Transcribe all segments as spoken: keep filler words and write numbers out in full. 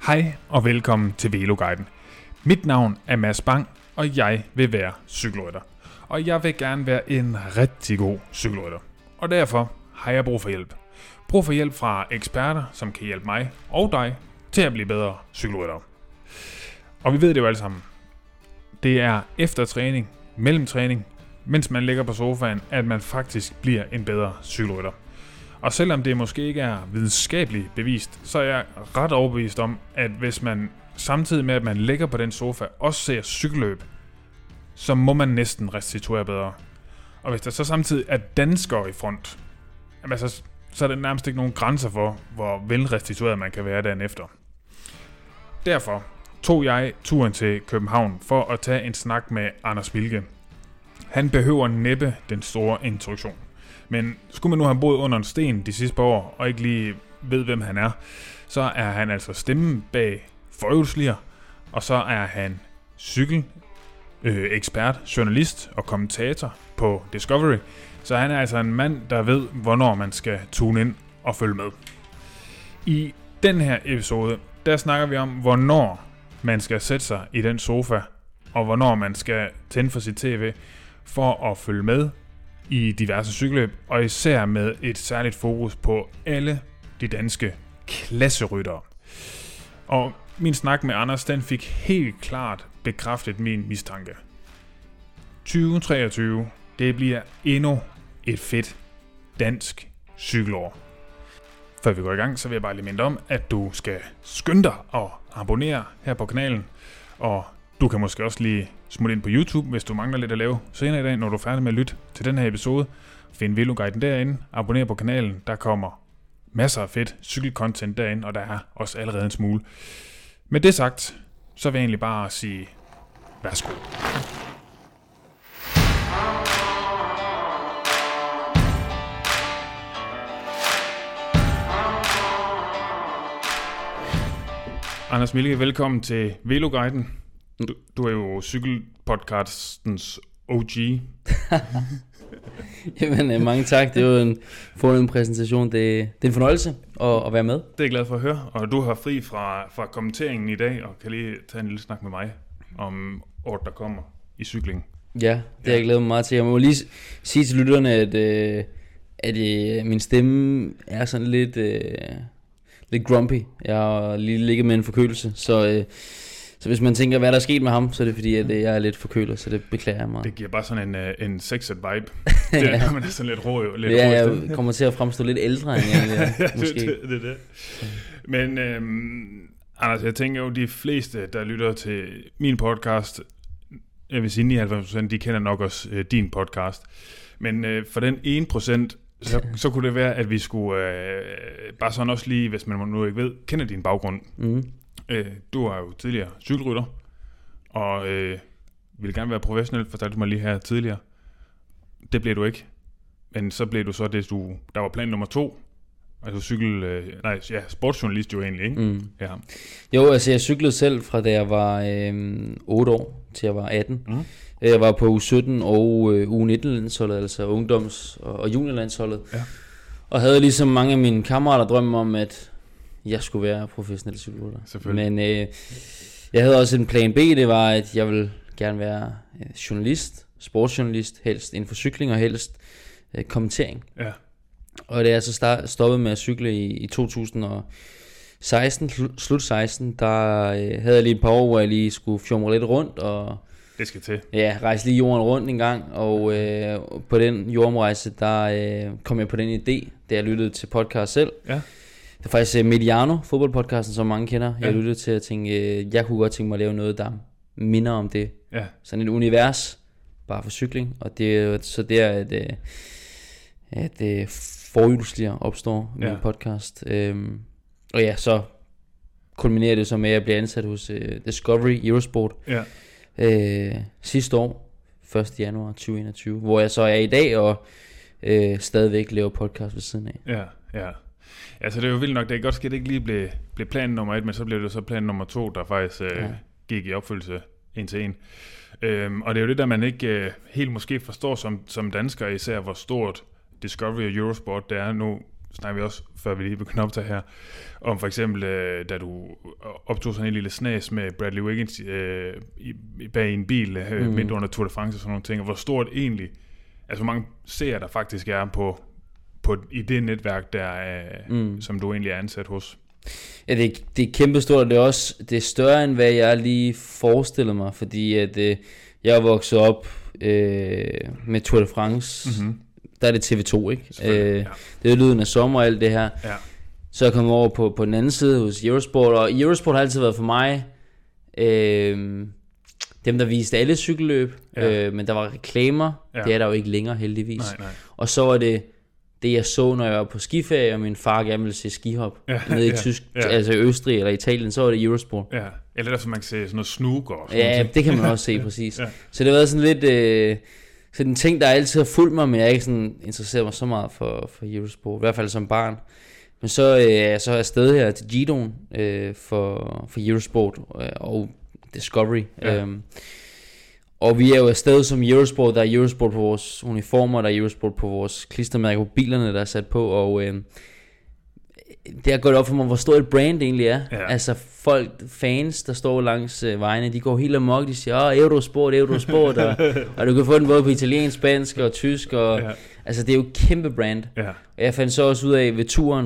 Hej og velkommen til Veloguiden. Mit navn er Mads Bang, og jeg vil være cykelrytter. Og jeg vil gerne være en rigtig god cykelrytter. Og derfor har jeg brug for hjælp. Brug for hjælp fra eksperter, som kan hjælpe mig og dig til at blive bedre cykelrytter. Og vi ved det jo alle sammen. Det er efter træning, mellem træning, mens man ligger på sofaen, at man faktisk bliver en bedre cykelrytter. Og selvom det måske ikke er videnskabeligt bevist, så er jeg ret overbevist om, at hvis man samtidig med, at man ligger på den sofa, også ser cykelløb, så må man næsten restituere bedre. Og hvis der så samtidig er danskere i front, jamen så, så er der nærmest ikke nogen grænser for, hvor velrestitueret man kan være dagen efter. Derfor tog jeg turen til København for at tage en snak med Anders Wilke. Han behøver næppe den store introduktion. Men skulle man nu have boet under en sten de sidste par år, og ikke lige ved, hvem han er, så er han altså stemmen bag forhjulslier, og så er han cykel, øh, ekspert, journalist og kommentator på Discovery. Så han er altså en mand, der ved, hvornår man skal tune ind og følge med. I den her episode, der snakker vi om, hvornår man skal sætte sig i den sofa, og hvornår man skal tænde for sit tv for at følge med i diverse cykelløb, og især med et særligt fokus på alle de danske klasseryttere. Og min snak med Anders, den fik helt klart bekræftet min mistanke. tyve treogtyve, det bliver endnu et fedt dansk cykelår. Før vi går i gang, så vil jeg bare lige minde om, at du skal skynde dig og abonnere her på kanalen, og du kan måske også lige smutte ind på YouTube, hvis du mangler lidt at lave senere i dag, når du er færdig med at lytte til den her episode. Find Veloguiden derinde, abonner på kanalen, der kommer masser af fedt cykelcontent derinde, og der er også allerede en smule. Med det sagt, så vil jeg egentlig bare sige, værsgo. Anders Wilke, velkommen til Veloguiden. Du, du er jo cykelpodcastens O G. Jamen, mange tak. Det er jo en fornem præsentation. Det, det er en fornøjelse at, at være med. Det er jeg glad for at høre. Og du har fri fra, fra kommenteringen i dag, og kan lige tage en lille snak med mig om året, der kommer i cykling. Ja, det ja. har jeg glædet mig meget til. Jeg må lige sige til lytterne, at, øh, at øh, min stemme er sådan lidt, øh, lidt grumpy. Jeg har lige ligget med en forkølelse, så... Øh, Så hvis man tænker, hvad der er sket med ham, så er det fordi, at jeg er lidt forkølet, så det beklager jeg meget. Det giver bare sådan en, en sexet vibe. Det er, når man er sådan lidt rå. Lidt ja, jeg kommer til at fremstå lidt ældre end jeg er, måske. det, det, det, det. Men øhm, Anders, jeg tænker jo, de fleste, der lytter til min podcast, jeg vil sige nioghalvfems procent, de kender nok også øh, din podcast. Men øh, for den en procent, så, så kunne det være, at vi skulle, øh, bare sådan også lige, hvis man nu ikke ved, kender din baggrund. Mm. Du er jo tidligere cykelrytter, og øh, ville gerne være professionel, fortalte du mig lige her tidligere. Det blev du ikke, men så blev du så det, du, der var plan nummer to, altså cykel, øh, nej, ja, sportsjournalist jo egentlig, ikke? Mm. Ja. Jo, altså jeg cyklede selv fra da jeg var øh, otte år til jeg var atten. Mm. Jeg var på U sytten og øh, U nitten-landsholdet, altså ungdoms- og, og juniorlandsholdet, ja. Og havde ligesom mange af mine kammerater drømme om, at jeg skulle være professionel cykelrytter. Men øh, jeg havde også en plan B, det var, at jeg ville gerne være øh, journalist, sportsjournalist, helst inden for cykling og helst øh, kommentering. Ja. Og da jeg så start, stoppede med at cykle i, i to tusind og seksten, sl- slut seksten, der øh, havde jeg lige et par år, hvor jeg lige skulle fjumre lidt rundt og det skal til. Ja, rejse lige jorden rundt en gang, og øh, på den jordomrejse, der øh, kom jeg på den idé, da jeg lyttede til podcast selv. Ja. Det er faktisk uh, Mediano, fodboldpodcasten, som mange kender. Jeg ja. lyttede til at tænke, uh, jeg kunne godt tænke mig at lave noget, der minder om det. Ja. Sådan et univers, bare for cykling. Og det er så der, at, uh, at uh, forhjulslier opstår med ja. en podcast. Um, og ja, så kulminerer det så med, at jeg bliver ansat hos uh, Discovery Eurosport ja. uh, sidste år, første januar tyve enogtyve, hvor jeg så er i dag og uh, stadigvæk laver podcast ved siden af. Ja, ja. Altså det er jo vildt nok, det er godt ske, det ikke lige blev, blev plan nummer et, men så blev det så plan nummer to, der faktisk øh, ja. gik i opfyldelse en til en. Øhm, og det er jo det, der man ikke øh, helt måske forstår som, som dansker, især hvor stort Discovery og Eurosport det er. Nu snakker vi også, før vi lige begynder op til her, om for eksempel, øh, da du optog sådan en lille snas med Bradley Wiggins øh, i, bag en bil øh, mm. midt under Tour de France og sådan nogle ting, og hvor stort egentlig, altså hvor mange seere der faktisk er på, på i det netværk, der er, mm. som du egentlig er ansat hos. Ja, det er, det er kæmpestort, og det er også det er større, end hvad jeg lige forestillede mig, fordi at, øh, jeg er vokset op øh, med Tour de France, mm-hmm. der er det T V to, ikke? Øh, ja. Det er lyden af sommer og alt det her. Ja. Så er jeg kommet over på, på den anden side hos Eurosport, og Eurosport har altid været for mig øh, dem, der viste alle cykelløb, ja. øh, men der var reklamer, ja. Det er der jo ikke længere heldigvis. Nej, nej. Og så var det det, jeg så, når jeg var på skiferie, og min far gerne ville se skihop ja, nede i ja, Tysk, ja. altså i Østrig eller Italien, så var det Eurosport. Ja, eller derfor man kan se sådan noget snooker og sådan ja, noget. Det kan man også se, præcis. Ja. Så det har været sådan lidt øh, sådan en ting, der altid har fulgt mig, men jeg er ikke sådan interesseret mig så meget for, for Eurosport, i hvert fald som barn. Men så øh, er jeg så afsted her til Gidon øh, for, for Eurosport øh, og Discovery. Ja. Øhm, og vi er jo afsted som Eurosport, der er Eurosport på vores uniformer, der er Eurosport på vores klistermærker på bilerne, der er sat på, og øh, det har gået op for mig, hvor stort et brand egentlig er. Ja. Altså folk, fans, der står langs øh, vejene, de går helt amok, de siger, åh, Eurosport, Eurosport, og, og du kan få den både på italiensk, spansk og tysk, og ja. Altså det er jo et kæmpe brand. Ja. Og jeg fandt så også ud af ved turen,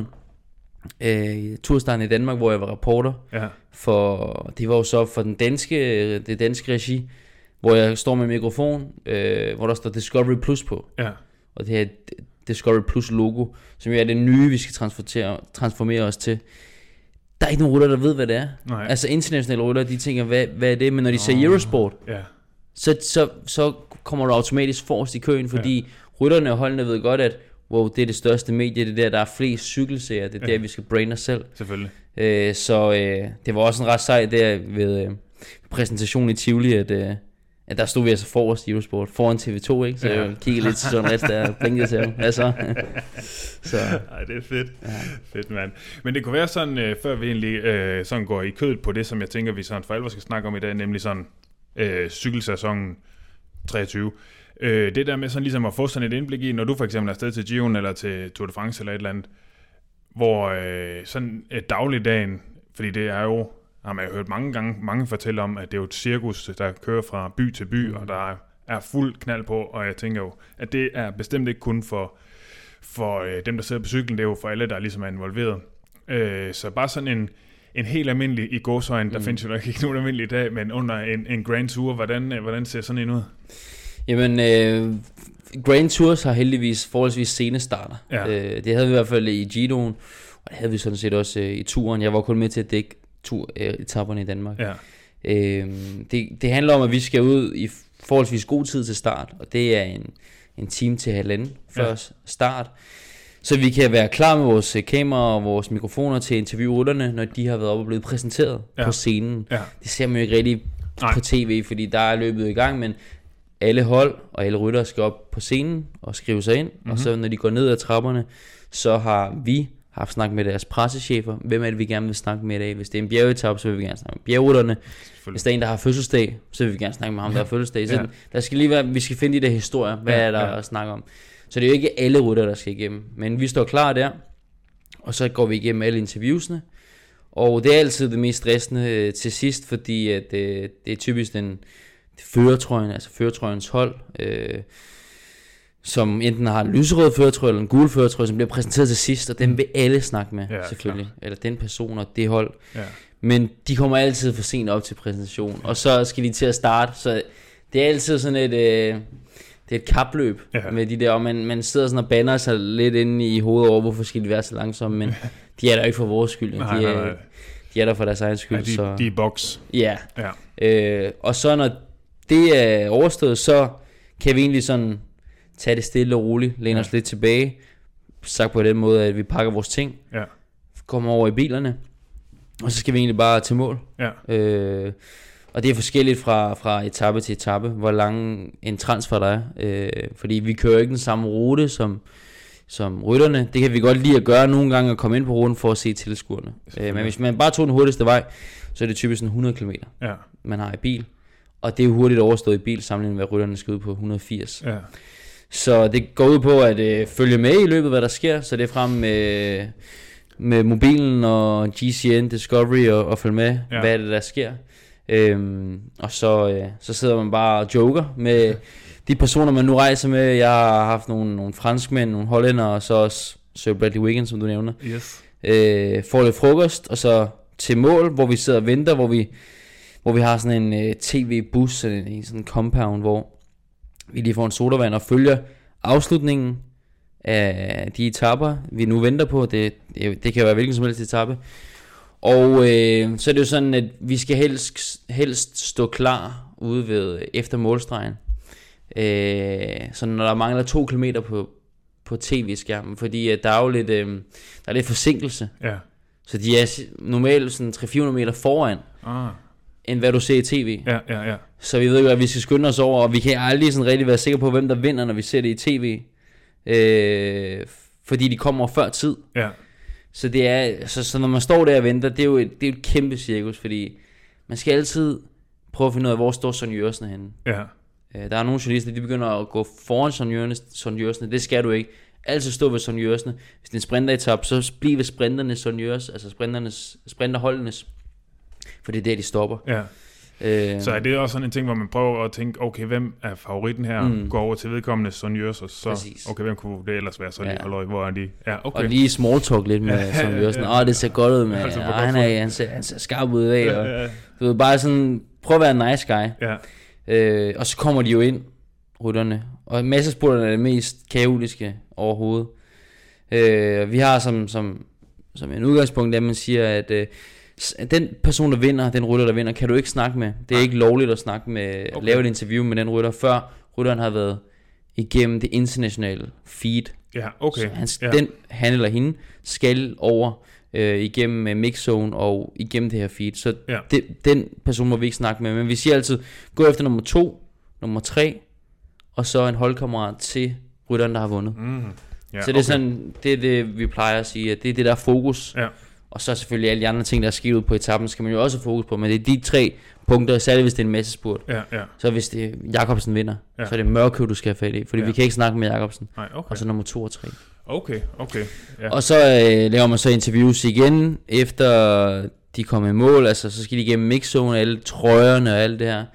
øh, turstarten i Danmark, hvor jeg var reporter, ja. For det var jo så for den danske, det danske regi, hvor jeg står med mikrofon, øh, hvor der står Discovery Plus på. Ja. Og det her Discovery Plus logo, som jo er det nye, vi skal transformere, transformere os til. Der er ikke nogen rytter, der ved, hvad det er. Nej. Altså internationale rytter, de tænker, hvad, hvad er det? Men når de siger oh, Eurosport, yeah. så, så, så kommer du automatisk forrest i køen, fordi yeah. rytterne og holdene ved godt, at wow, det er det største medie, det er der, der er flest cykelserier, det er yeah. der, vi skal brande os selv. Selvfølgelig. Øh, så øh, det var også en ret sej der ved øh, præsentationen i Tivoli, at... Øh, Ja, der stod vi altså forrest i Eurosport, foran T V to, ikke? Så ja. Jeg kiggede lidt til sådan rest, der blinkede til ham. Altså. Så. Ej, det er fedt. Ja. Fedt, mand. Men det kunne være sådan, øh, før vi egentlig øh, sådan går i kødet på det, som jeg tænker, vi sådan for alvor skal snakke om i dag, nemlig sådan øh, cykelsæsonen treogtyve. Øh, det der med sådan ligesom at få sådan et indblik i, når du for eksempel er afsted til Giron eller til Tour de France eller et eller andet, hvor øh, sådan et dagligdagen, fordi det er jo, har man jo hørt mange gange, mange fortælle om, at det er jo et cirkus, der kører fra by til by, mm. og der er, er fuld knald på, og jeg tænker jo, at det er bestemt ikke kun for, for øh, dem, der sidder på cyklen, det er jo for alle, der ligesom er involveret. Øh, så bare sådan en, en helt almindelig i gåsøjne, der mm. findes jo nok ikke nogen almindelig dag, men under en, en Grand Tour, hvordan, hvordan ser sådan en ud? Jamen, øh, Grand Tours har heldigvis forholdsvis sene starter. Ja. Øh, det havde vi i hvert fald i Giroen, og det havde vi sådan set også øh, i turen. Jeg var kun med til at dække tur-etapperne i Danmark. Ja. Øh, det, det handler om, at vi skal ud i forholdsvis god tid til start, og det er en, en time til halvanden før ja. start, så vi kan være klar med vores kamera og vores mikrofoner til interviewrytterne, når de har været oppe og blevet præsenteret ja. på scenen. Ja. Det ser man jo ikke rigtig Nej. på tv, fordi der er løbet i gang, men alle hold og alle ryttere skal op på scenen og skrive sig ind, mm-hmm. og så når de går ned ad trapperne, så har vi haft snak med deres pressechefer. Hvem er det, vi gerne vil snakke med i dag? Hvis det er en bjergetappe, så vil vi gerne snakke med bjergrytterne. Hvis der er en, der har fødselsdag, så vil vi gerne snakke med ham, der har fødselsdag. Så ja. der skal lige være, vi skal finde de der historier. Hvad ja, er der ja. at snakke om? Så det er jo ikke alle rytter, der skal igennem. Men vi står klar der, og så går vi igennem alle interviewsene. Og det er altid det mest stressende til sidst, fordi at, det, det er typisk den førertrøjen, altså førertrøjens hold, øh, som enten har en lyserød førertrøje eller en gul førertrøje, som bliver præsenteret til sidst, og dem vil alle snakke med, ja, selvfølgelig. Klar. Eller den person og det hold. Ja. Men de kommer altid for sent op til præsentationen, ja. og så skal de til at starte, så det er altid sådan et, øh, det er et kapløb ja. med de der, og man, man sidder sådan og bander sig lidt inde i hovedet over, hvorfor skal de være så langsomme, men de er der ikke for vores skyld. Ja. Nej, de, er, nej, nej. de er der for deres egen skyld. Ja, de, så. de er i boks. Ja. ja. Øh, og så når det er overstået, så kan vi egentlig sådan tage det stille og roligt, læne ja. os lidt tilbage, sagt på den måde, at vi pakker vores ting, ja. kommer over i bilerne, og så skal vi egentlig bare til mål. Ja. Øh, og det er forskelligt fra, fra etape til etape, hvor lang en transfer der er, øh, fordi vi kører ikke den samme rute som, som rytterne. Det kan vi godt lide at gøre nogle gange, at komme ind på ruten for at se tilskuerne. Øh, men hvis man bare tog den hurtigste vej, så er det typisk sådan hundrede kilometer, ja. man har i bil, og det er jo hurtigt overstået i bil, sammenlignet med hvad rytterne skal ud på et hundrede og firs. Ja. Så det går ud på at øh, følge med i løbet, hvad der sker. Så det er frem med med mobilen og G C N, Discovery og, og følge med, ja. hvad er det der sker. Øhm, og så, øh, så sidder man bare og joker med de personer man nu rejser med. Jeg har haft nogle, nogle franskmænd, nogle hollændere, og så også Sir Bradley Wiggins, som du nævner. Yes. øh, Får lidt frokost, og så til mål, hvor vi sidder og venter, hvor vi, hvor vi har sådan en øh, tv-bus, sådan en, en sådan en compound, hvor vi lige får en sodavand og følger afslutningen af de etaper, vi nu venter på. Det, det, det kan være hvilken som helst etape. Og øh, så er det jo sådan, at vi skal helst, helst stå klar ude ved efter målstregen. Øh, så når der mangler to kilometer på, på tv-skærmen, fordi at der er jo lidt, øh, der er lidt forsinkelse. Ja. Så de er normalt sådan tre til fire hundrede meter foran, ah. end hvad du ser i tv. Ja, ja, ja. Så vi ved jo, at vi skal skynde os over, og vi kan aldrig sådan rigtig være sikre på, hvem der vinder, når vi ser det i tv. Øh, fordi de kommer før tid. Ja. Så det er, så, så når man står der og venter, det er jo et, det er et kæmpe cirkus, fordi man skal altid prøve at finde ud af, hvor står Sonny Jørgensen henne. Ja. Øh, der er nogle journalister, de begynder at gå foran Sonny Jørgensen. Det skal du ikke. Altid stå ved Sonny Jørgensen. Hvis det er en sprinteretap, så bliv ved sprinterne Sonny Jørgensen, altså sprinternes, sprinterholdenes, for det er der, de stopper. Ja. Øh, så er det også sådan en ting, hvor man prøver at tænke, okay, hvem er favoritten her? Mm. Går over til vedkommende Sonny Jørgensen, så Præcis. okay, hvem kunne det ellers være? Så ja. lige, halløj, hvor er de? Ja, okay. Og lige small talk lidt med Sonny Jørgensen. Åh, ja, ja, ja. Det ser godt ud med. Altså, oh, han, er, han, ser, han ser skarp ud af. Ja, og, ja. Du ved, bare sådan, prøv at være en nice guy. Ja. Øh, og så kommer de jo ind, rytterne. Og massespurterne er det mest kaotiske overhovedet. Øh, vi har som, som, som en udgangspunkt, at man siger, at øh, den person, der vinder, den rytter, der vinder, kan du ikke snakke med. Det er ikke lovligt at snakke med, okay. lave et interview med den rytter, før rytteren har været igennem det internationale feed. Ja, okay. Så han, ja. den, han eller hende, skal over øh, igennem uh, mixzone og igennem det her feed. Så ja. det, den person må vi ikke snakke med. Men vi siger altid, gå efter nummer to, nummer tre, og så en holdkammerat til rytteren, der har vundet. Mm. Ja, så det er okay. sådan, det er det, vi plejer at sige, at det er det, der er fokus. Ja. Og så selvfølgelig alle de andre ting, der er sket ud på etappen, skal man jo også have fokus på. Men det er de tre punkter, særligt hvis det er en massespurt. Ja, ja. Så hvis det Jacobsen vinder, ja. så er det Mørkøv, du skal have fat i. Fordi ja. vi kan ikke snakke med Jacobsen. Nej, okay. Og så nummer to og tre. Okay, okay. Ja. Og så øh, laver man så interviews igen, efter de kommer i mål. Altså så skal de igennem mixzone, alle trøjerne og alt det her.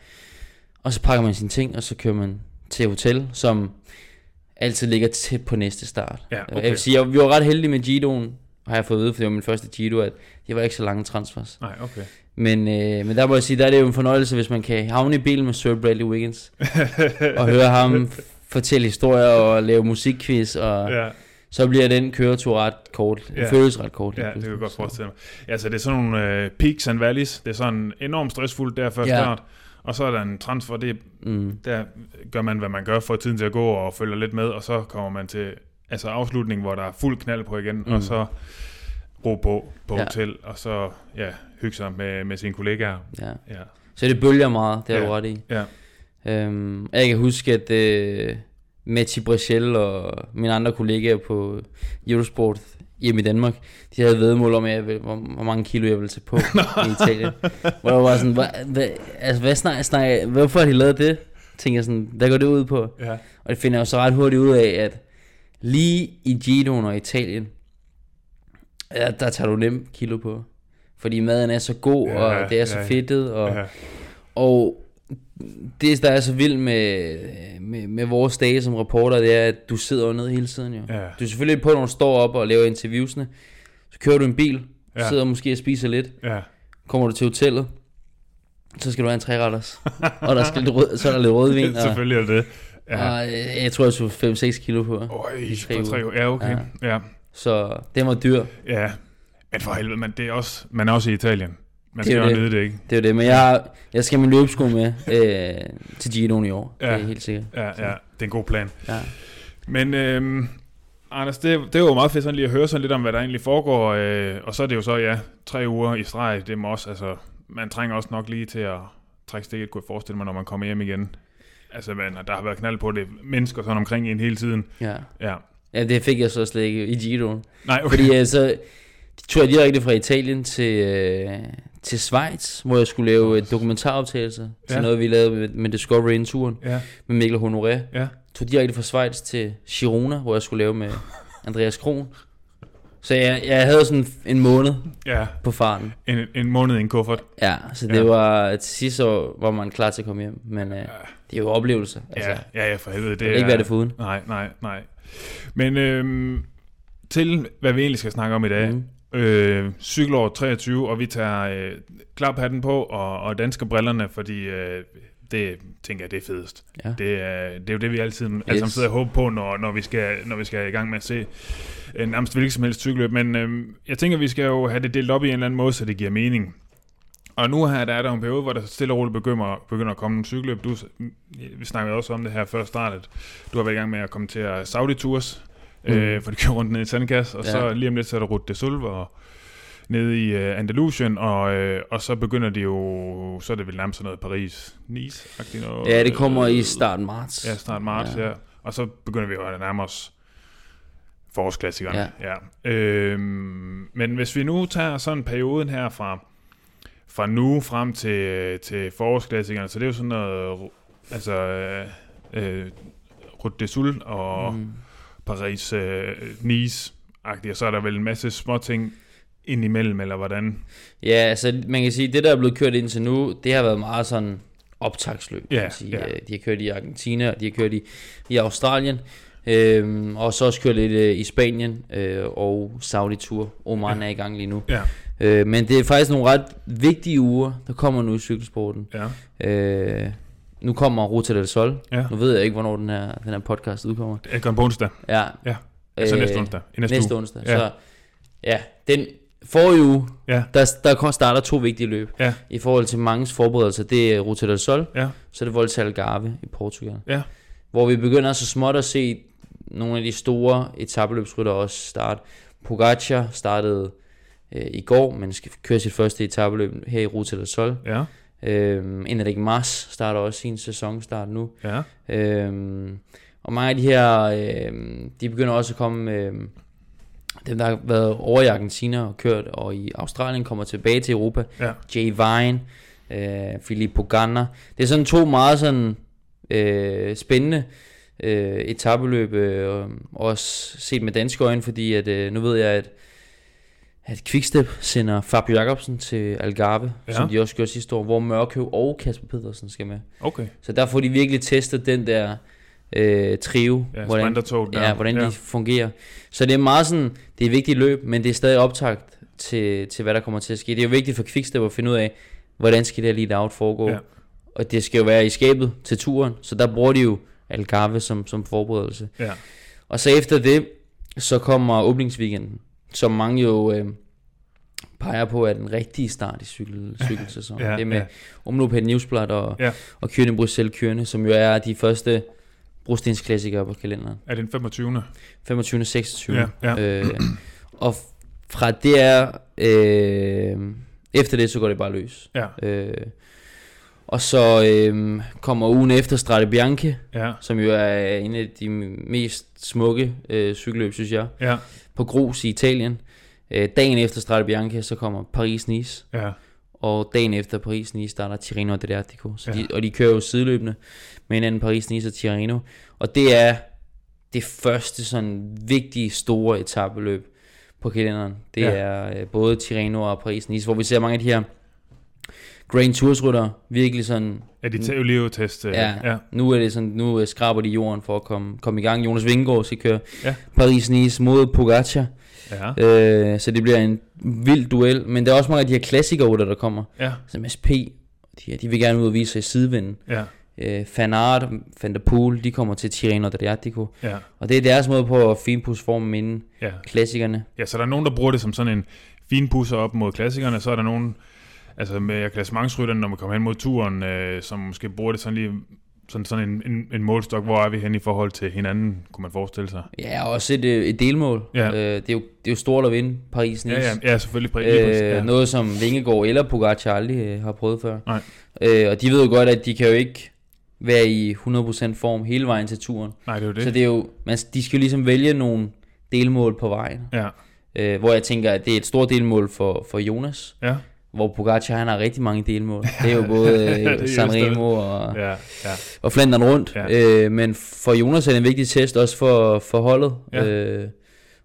Og så pakker man sine ting, og så kører man til hotel, som altid ligger tæt på næste start. Ja, okay. Jeg vil sige, jeg, vi var ret heldige med Gidoen, har jeg fået at vide, for det var min første Gido, at det var ikke så lange transfers. Nej, okay. Men, øh, men der må jeg sige, der er det jo en fornøjelse, hvis man kan havne i bilen med Sir Bradley Wiggins, og høre ham fortælle historier og lave musikquiz, og ja. så bliver den køretur ret kort. Det ja. føles ret kort. Ja, det kan jeg godt forestille mig. Ja, så det er sådan nogle øh, peaks and valleys. Det er sådan enormt stressfuldt der før ja. start. Og så er der en transfer, det, mm. der gør man, hvad man gør for tiden til at gå og følger lidt med, og så kommer man til altså afslutningen, hvor der er fuld knald på igen, mm. og så ro på på ja. hotel, og så ja, hygge sig med, med sine kollegaer. Ja. Ja. Så det bølger meget, det er ja. du ret i. Ja. Øhm, jeg kan huske, at øh, Meti Brechel og mine andre kollegaer på Eurosport hjemme i Danmark, de havde vedmål om, jeg vil, hvor, hvor mange kilo jeg ville tage på i Italien. Hvor jeg var sådan, hvad, hvad, altså, hvad snak, snak, hvorfor har de lavet det? Tænker jeg sådan, hvad går det ud på? Ja. Og det finder jeg jo så ret hurtigt ud af, at lige i Gidoen og Italien, ja, der tager du nemt kilo på. Fordi maden er så god, ja, og det er så ja, fedtet, og, ja. og det, der er så vildt med, med, med vores dage som reporter, det er, at du sidder jo nede hele tiden. Jo. Ja. Du er selvfølgelig på, når du står op og laver interviewsene, så kører du en bil, ja. sidder måske og spiser lidt, ja. kommer du til hotellet, så skal du have en treretters, og der skal rød, så er der lidt rødvin. Og, selvfølgelig er det. Ja. Og jeg tror, jeg tog fem seks kilo på. Øj, på tre uger. Ja, okay. Ja. Ja. Så det var dyr. Ja, men for helvede, man, det er også, man er også i Italien. Man skal jo vide det, ikke? Det er det, men jeg, jeg skal have min løbesko med øh, til Giroen i år. Ja. Det er helt sikkert. Ja, ja, det er en god plan. Ja. Men øhm, Anders, det, det var jo meget fedt sådan lige at høre sådan lidt om, hvad der egentlig foregår. Øh, og så er det jo så, ja, tre uger i streg. Det må også, altså, man trænger også nok lige til at trække stikket, kunne jeg forestille mig, når man kommer hjem igen. Altså, man, der har været knald på det. Mennesker sådan omkring en hele tiden. Ja. Ja. Ja, det fik jeg så slet ikke i Giroen. Nej, okay. Fordi altså, de tog jeg direkte fra Italien til, øh, til Schweiz, hvor jeg skulle lave et dokumentaroptagelse ja. til noget, vi lavede med, med Discovery in turen ja. med Mikkel Honoré. Ja. Tog direkte fra Schweiz til Girona, hvor jeg skulle lave med Andreas Kron. Så jeg, jeg havde sådan en måned ja. på farten. En, en måned i en kuffert. Ja, så det ja. var til sidste år, hvor man klar til at komme hjem. Men øh, ja. det er jo oplevelser. Altså, ja, ja, ja, for helvede. Det er ikke være det foruden. Nej, nej, nej. Men øhm, til hvad vi egentlig skal snakke om i dag. Mm. Øh, cykelår treogtyve, og vi tager øh, klaphatten på og, og danske brillerne, fordi øh, det tænker jeg, det er fedest. Ja. Det, er, det er jo det, vi altid yes. altså, sidder og håber på, når, når, vi skal, når vi skal i gang med at se øh, nærmest hvilket som helst cykelløb. Men øh, jeg tænker, vi skal jo have det delt op i en eller anden måde, så det giver mening. Og nu her, der er der en periode, hvor der stille og roligt begynder, begynder at komme nogle cykelløb. Du, vi snakkede også om det her før startet. Du har været i gang med at komme til Saudi Tours. Mm. Øh, for det kører rundt ned i Sandkasse, og ja. så lige om lidt så er der Route de Sul og nede i uh, Andalusien, og, øh, og så begynder det jo, så er det vel nærmest sådan noget Paris-Nice-agtigt noget. Ja, det kommer øh, i starten marts. Ja, starten marts, ja. ja. Og så begynder vi jo at nærme os forårsklassikerne. Ja. Ja. Øh, men hvis vi nu tager sådan perioden her fra, fra nu frem til, til forårsklassikerne, så det er jo sådan noget, altså øh, Route de Sul og mm. Paris øh, Nice-agtigt, og så er der vel en masse små ting indimellem, eller hvordan? Ja, altså man kan sige, det der er blevet kørt indtil nu, det har været meget sådan optagsløb, kan ja, man sige. Ja. De har kørt i Argentina, de har kørt i, i Australien, øhm, og så også kørt lidt øh, i Spanien, øh, og Saudi Tour. Oman ja. er i gang lige nu. Ja. Øh, men det er faktisk nogle ret vigtige uger, der kommer nu i cykelsporten. Ja. Øh, Nu kommer Ruta del Sol. Ja. Nu ved jeg ikke, hvornår den her, den her podcast udkommer. Det kommer på onsdag. Ja. ja. Altså øh, næste onsdag. I næste, næste onsdag. Ja. Så ja, den forrige uge, ja. der, der starter to vigtige løb. Ja. I forhold til manges forberedelser. Det er Ruta del Sol, ja. så er det Volta Algarve i Portugal. Ja. Hvor vi begynder så småt at se nogle af de store etapeløbsrytter også starte. Pogacar startede øh, i går, men skal køre sit første etapeløb her i Ruta del Sol. Ja. Øhm, Enric Mas starter også sin sæsonstart nu. Ja. Øhm, og mange af de her, øhm, de begynder også at komme, øhm, dem der har været over i Argentina og kørt, og i Australien kommer tilbage til Europa. Ja. Jay Vine, øh, Filippo Ganna. Det er sådan to meget sådan øh, spændende øh, etapeløb, øh, også set med danske øjne, fordi at, øh, nu ved jeg, at at Quickstep sender Fabio Jacobsen til Algarve, ja. som de også gjorde sidste år, hvor Mørkøv og Kasper Pedersen skal med. Okay. Så der får de virkelig testet den der øh, trio, ja, hvordan, ja, hvordan ja. de fungerer. Så det er meget sådan, det er vigtigt løb, men det er stadig optakt til, til hvad der kommer til at ske. Det er jo vigtigt for Quickstep at finde ud af, hvordan skal det her lead out foregå. Ja. Og det skal jo være i skabet til turen, så der bruger de jo Algarve som, som forberedelse. Ja. Og så efter det, så kommer åbningsweekenden, som mange jo øh, peger på er den rigtige start i cykel, cykelsæsonen. Ja, det med ja. Omloop Het Nieuwsblad og, ja. og Kørne Bruxelles Kørne, som jo er de første brostensklassikere på kalenderen. Er det den femogtyvende? femogtyvende seksogtyvende Ja, ja. Øh, og fra det er, øh, efter det, så går det bare løs. Ja. Øh, og så øh, kommer ugen efter Strade Bianche, ja. som jo er en af de mest smukke øh, cykelløb, synes jeg. Ja. På grus i Italien. Øh, dagen efter Strade Bianche, så kommer Paris-Nice. Ja. Og dagen efter Paris-Nice starter Tirreno Adriatico. Så ja. de, og de kører jo sideløbende med hinanden Paris-Nice og Tirreno. Og det er det første sådan vigtige store etapeløb på kalenderen. Det ja. er øh, både Tirreno og Paris-Nice, hvor vi ser mange af de her Grand Tours rytter virkelig sådan. Ja, de tager jo levetest. Ja, ja, nu er det sådan, nu skraber de jorden for at komme, komme i gang. Jonas Vingegaard skal køre ja. Paris-Nice mod Pogacar. Ja. Øh, så det bliver en vild duel. Men der er også mange af de her klassikere, der kommer. Ja. Som S P, de, de vil gerne ud og vise sig i sidevinden. Ja. Øh, Van Aert, Van der Poel, de kommer til Tirreno Adriatico. Ja. Og det er deres måde på at finpudse formen inden ja. klassikerne. Ja, så der er nogen, der bruger det som sådan en finpudser op mod klassikerne. Så er der nogen, altså med klassementsrytterne, når man kommer hen mod turen, øh, som måske bruger det sådan lige sådan, sådan en, en, en målstok. Hvor er vi hen i forhold til hinanden, kunne man forestille sig? Ja, også et, et delmål. Ja. Øh, det, er jo, det er jo stort at vinde Paris-Nice. Ja, ja, ja, selvfølgelig. Paris, øh, ja. Noget som Vingegaard eller Pogacar aldrig øh, har prøvet før. Nej. Øh, og de ved jo godt, at de kan jo ikke være i hundrede procent form hele vejen til turen. Nej, det er jo det. Så det er jo, man, de skal jo ligesom vælge nogle delmål på vejen. Ja. Øh, hvor jeg tænker, at det er et stort delmål for, for Jonas. Ja. Hvor Pogacar, han har rigtig mange delmål. Det er jo både øh, Sanremo og, ja, ja. og Flandern rundt. Ja. Øh, men for Jonas er det en vigtig test, også for, for holdet. Ja. Øh,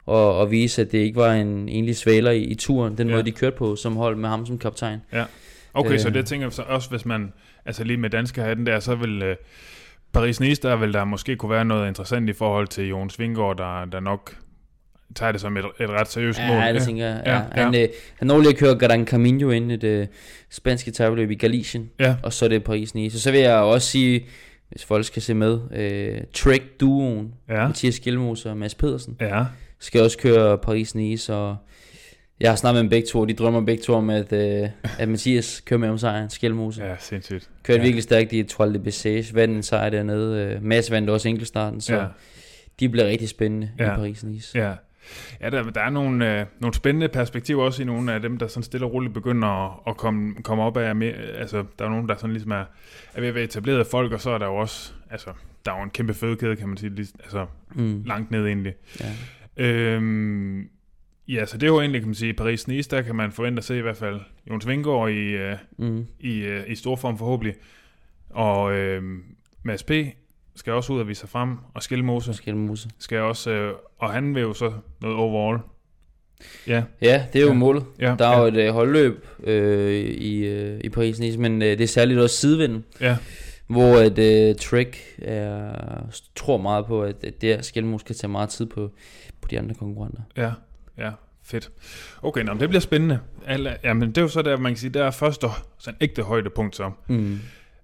og, og vise, at det ikke var en egentlig svaler i, i turen, den ja. måde, de kørte på, som hold med ham som kaptajn. Ja. Okay, øh, så det tænker jeg så også, hvis man, altså lige med danske hatten der, så vil øh, Paris-Nice, der vil der måske kunne være noget interessant i forhold til Jon Svinggaard, der, der nok tager det som et, et ret seriøst ja, mål. Ja, det tænker jeg. Ja, ja. ja. Han, øh, han når lige at køre Gran Camino ind i det spanske etapeløb i Galicien, ja. og så er det Paris-Nice. Så, så vil jeg også sige, hvis folk skal se med, øh, Trek-duoen, ja. Mathias Gjelmose og Mads Pedersen, ja. skal også køre Paris-Nice, og jeg har snakket med dem begge to, og de drømmer begge to om, at, øh, at Mathias kører med om sejren, Gjelmose. Ja, sindssygt. Kørte ja. virkelig stærkt i Toile de Bessage, vandt en sejr dernede. Øh, Mads vandt også enkeltstarten, så ja. de bliver rigtig spændende ja. i Paris-Nice. Ja. Ja, der, der er nogle, øh, nogle spændende perspektiver også i nogle af dem, der sådan stille og roligt begynder at, at komme, komme op af. Med, altså, der er nogen, der sådan ligesom er, er ved at være etablerede folk, og så er der jo også, altså, der er jo en kæmpe fødekæde, kan man sige, lige, altså mm. langt ned egentlig. Ja. Øhm, ja, så det er jo egentlig, kan man sige, Paris-Nice, der kan man forvente at se i hvert fald Jon Svinggaard i, øh, mm. i, øh, i stor form forhåbentlig. Og øh, Mads P. skal også ud og vise sig frem, og Gjelmose Gjelmose skal også, øh, og han vil jo så noget overall. Ja, ja det er jo ja. målet. Ja. Der er ja. jo et øh, holdløb øh, i, øh, i Paris-Nice, men øh, det er særligt også sidevinden, ja. hvor at, øh, Trek er, tror meget på, at, at der Gjelmose skal tage meget tid på, på de andre konkurrenter. Ja, ja, fedt. Okay, nå, det bliver spændende. Alle, jamen, det er jo så der, man kan sige, der er første sådan ægte højdepunkt så. Mm.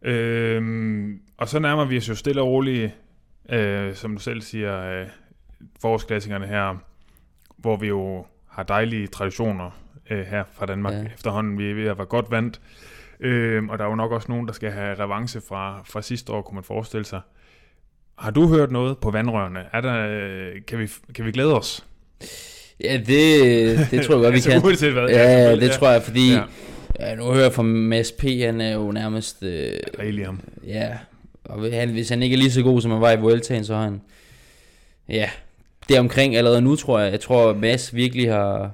Øhm, og så nærmer vi os jo stille og roligt, øh, som du selv siger, øh, forårsklassikerne her, hvor vi jo har dejlige traditioner øh, her fra Danmark ja. efterhånden. Vi er ved at være godt vandt, øh, og der er jo nok også nogen, der skal have revanche fra, fra sidste år, kunne man forestille sig. Har du hørt noget på vandrørene? Er der, øh, kan, vi, kan vi glæde os? Ja, det, det tror jeg godt, vi kan. Altså, hvad? Ja, ja, det ja. tror jeg, fordi... Ja. Ja, nu hører jeg fra Mads P, han er jo nærmest... Øh, Rigtig ham. Ja, og han, hvis han ikke er lige så god, som han var i Vueltaen, så har han... Ja, det omkring allerede nu, tror jeg. Jeg tror, Mads virkelig har...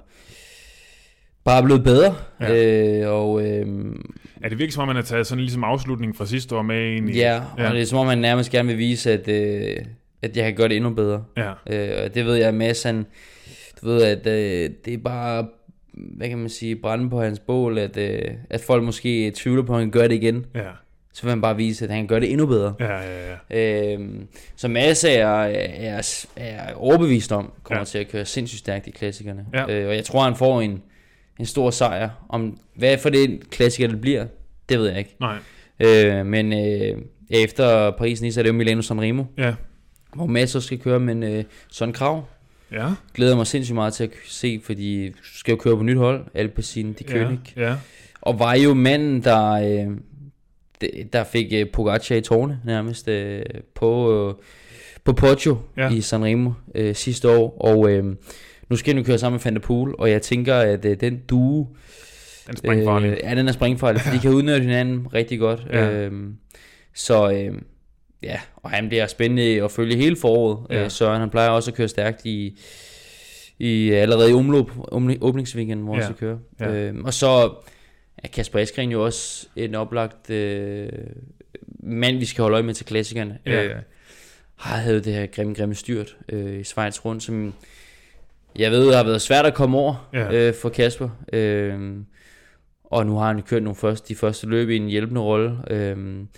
Bare blevet bedre. Ja. Øh, og, øh, er det virkelig som om, man har taget sådan ligesom afslutning fra sidste år med ind i... Ja, og ja. det er som om, man nærmest gerne vil vise, at, øh, at jeg kan gøre det endnu bedre. Ja. Øh, og det ved jeg, Mads, han... Du ved, at øh, det er bare... Hvad kan man sige, brænde på hans bål, at, øh, at folk måske tvivler på, at han gør det igen. Ja. Så vil han bare vise, at han kan gøre det endnu bedre. Ja, ja, ja. Øhm, så Mads er, er, er overbevist om, kommer ja. til at køre sindssygt stærkt i klassikerne. Ja. Øh, og jeg tror, han får en, en stor sejr. Om, hvad for det klassiker det bliver, det ved jeg ikke. Nej. Øh, men øh, efter Paris-Nice er det jo Milano Sanremo, ja. hvor Mads så skal køre, men øh, Søren Kragh. Ja. Glæder mig sindssygt meget til at se, fordi du skal jo køre på nyt hold, Alpecin de König. Ja. Ja. Og var jo manden, der, øh, der fik øh, Pogacar i tårne nærmest øh, på, øh, på Poggio ja. i Sanremo øh, sidste år. Og øh, nu skal han jo køre sammen med Van der Poel, og jeg tænker, at øh, den duo... Den er springfarlig. Øh, ja, den er springfarlig, for de kan udnytte hinanden rigtig godt. Ja. Øh, så... Øh, Ja, og han bliver spændende at følge hele foråret. Ja. Øh, Søren, han plejer også at køre stærkt i, i allerede i omløb, åbningsweekenden, hvor ja. han skal køre. Ja. Øhm, og så er Kasper Asgreen jo også en oplagt øh, mand, vi skal holde øje med til klassikerne. Ja. Øh, har havde det her grimme, grimme styrt øh, i Schweiz rundt, som jeg ved har været svært at komme over ja. øh, for Kasper. Øh, og nu har han kørt nogle første, de første løb i en hjælpende rolle. Øh,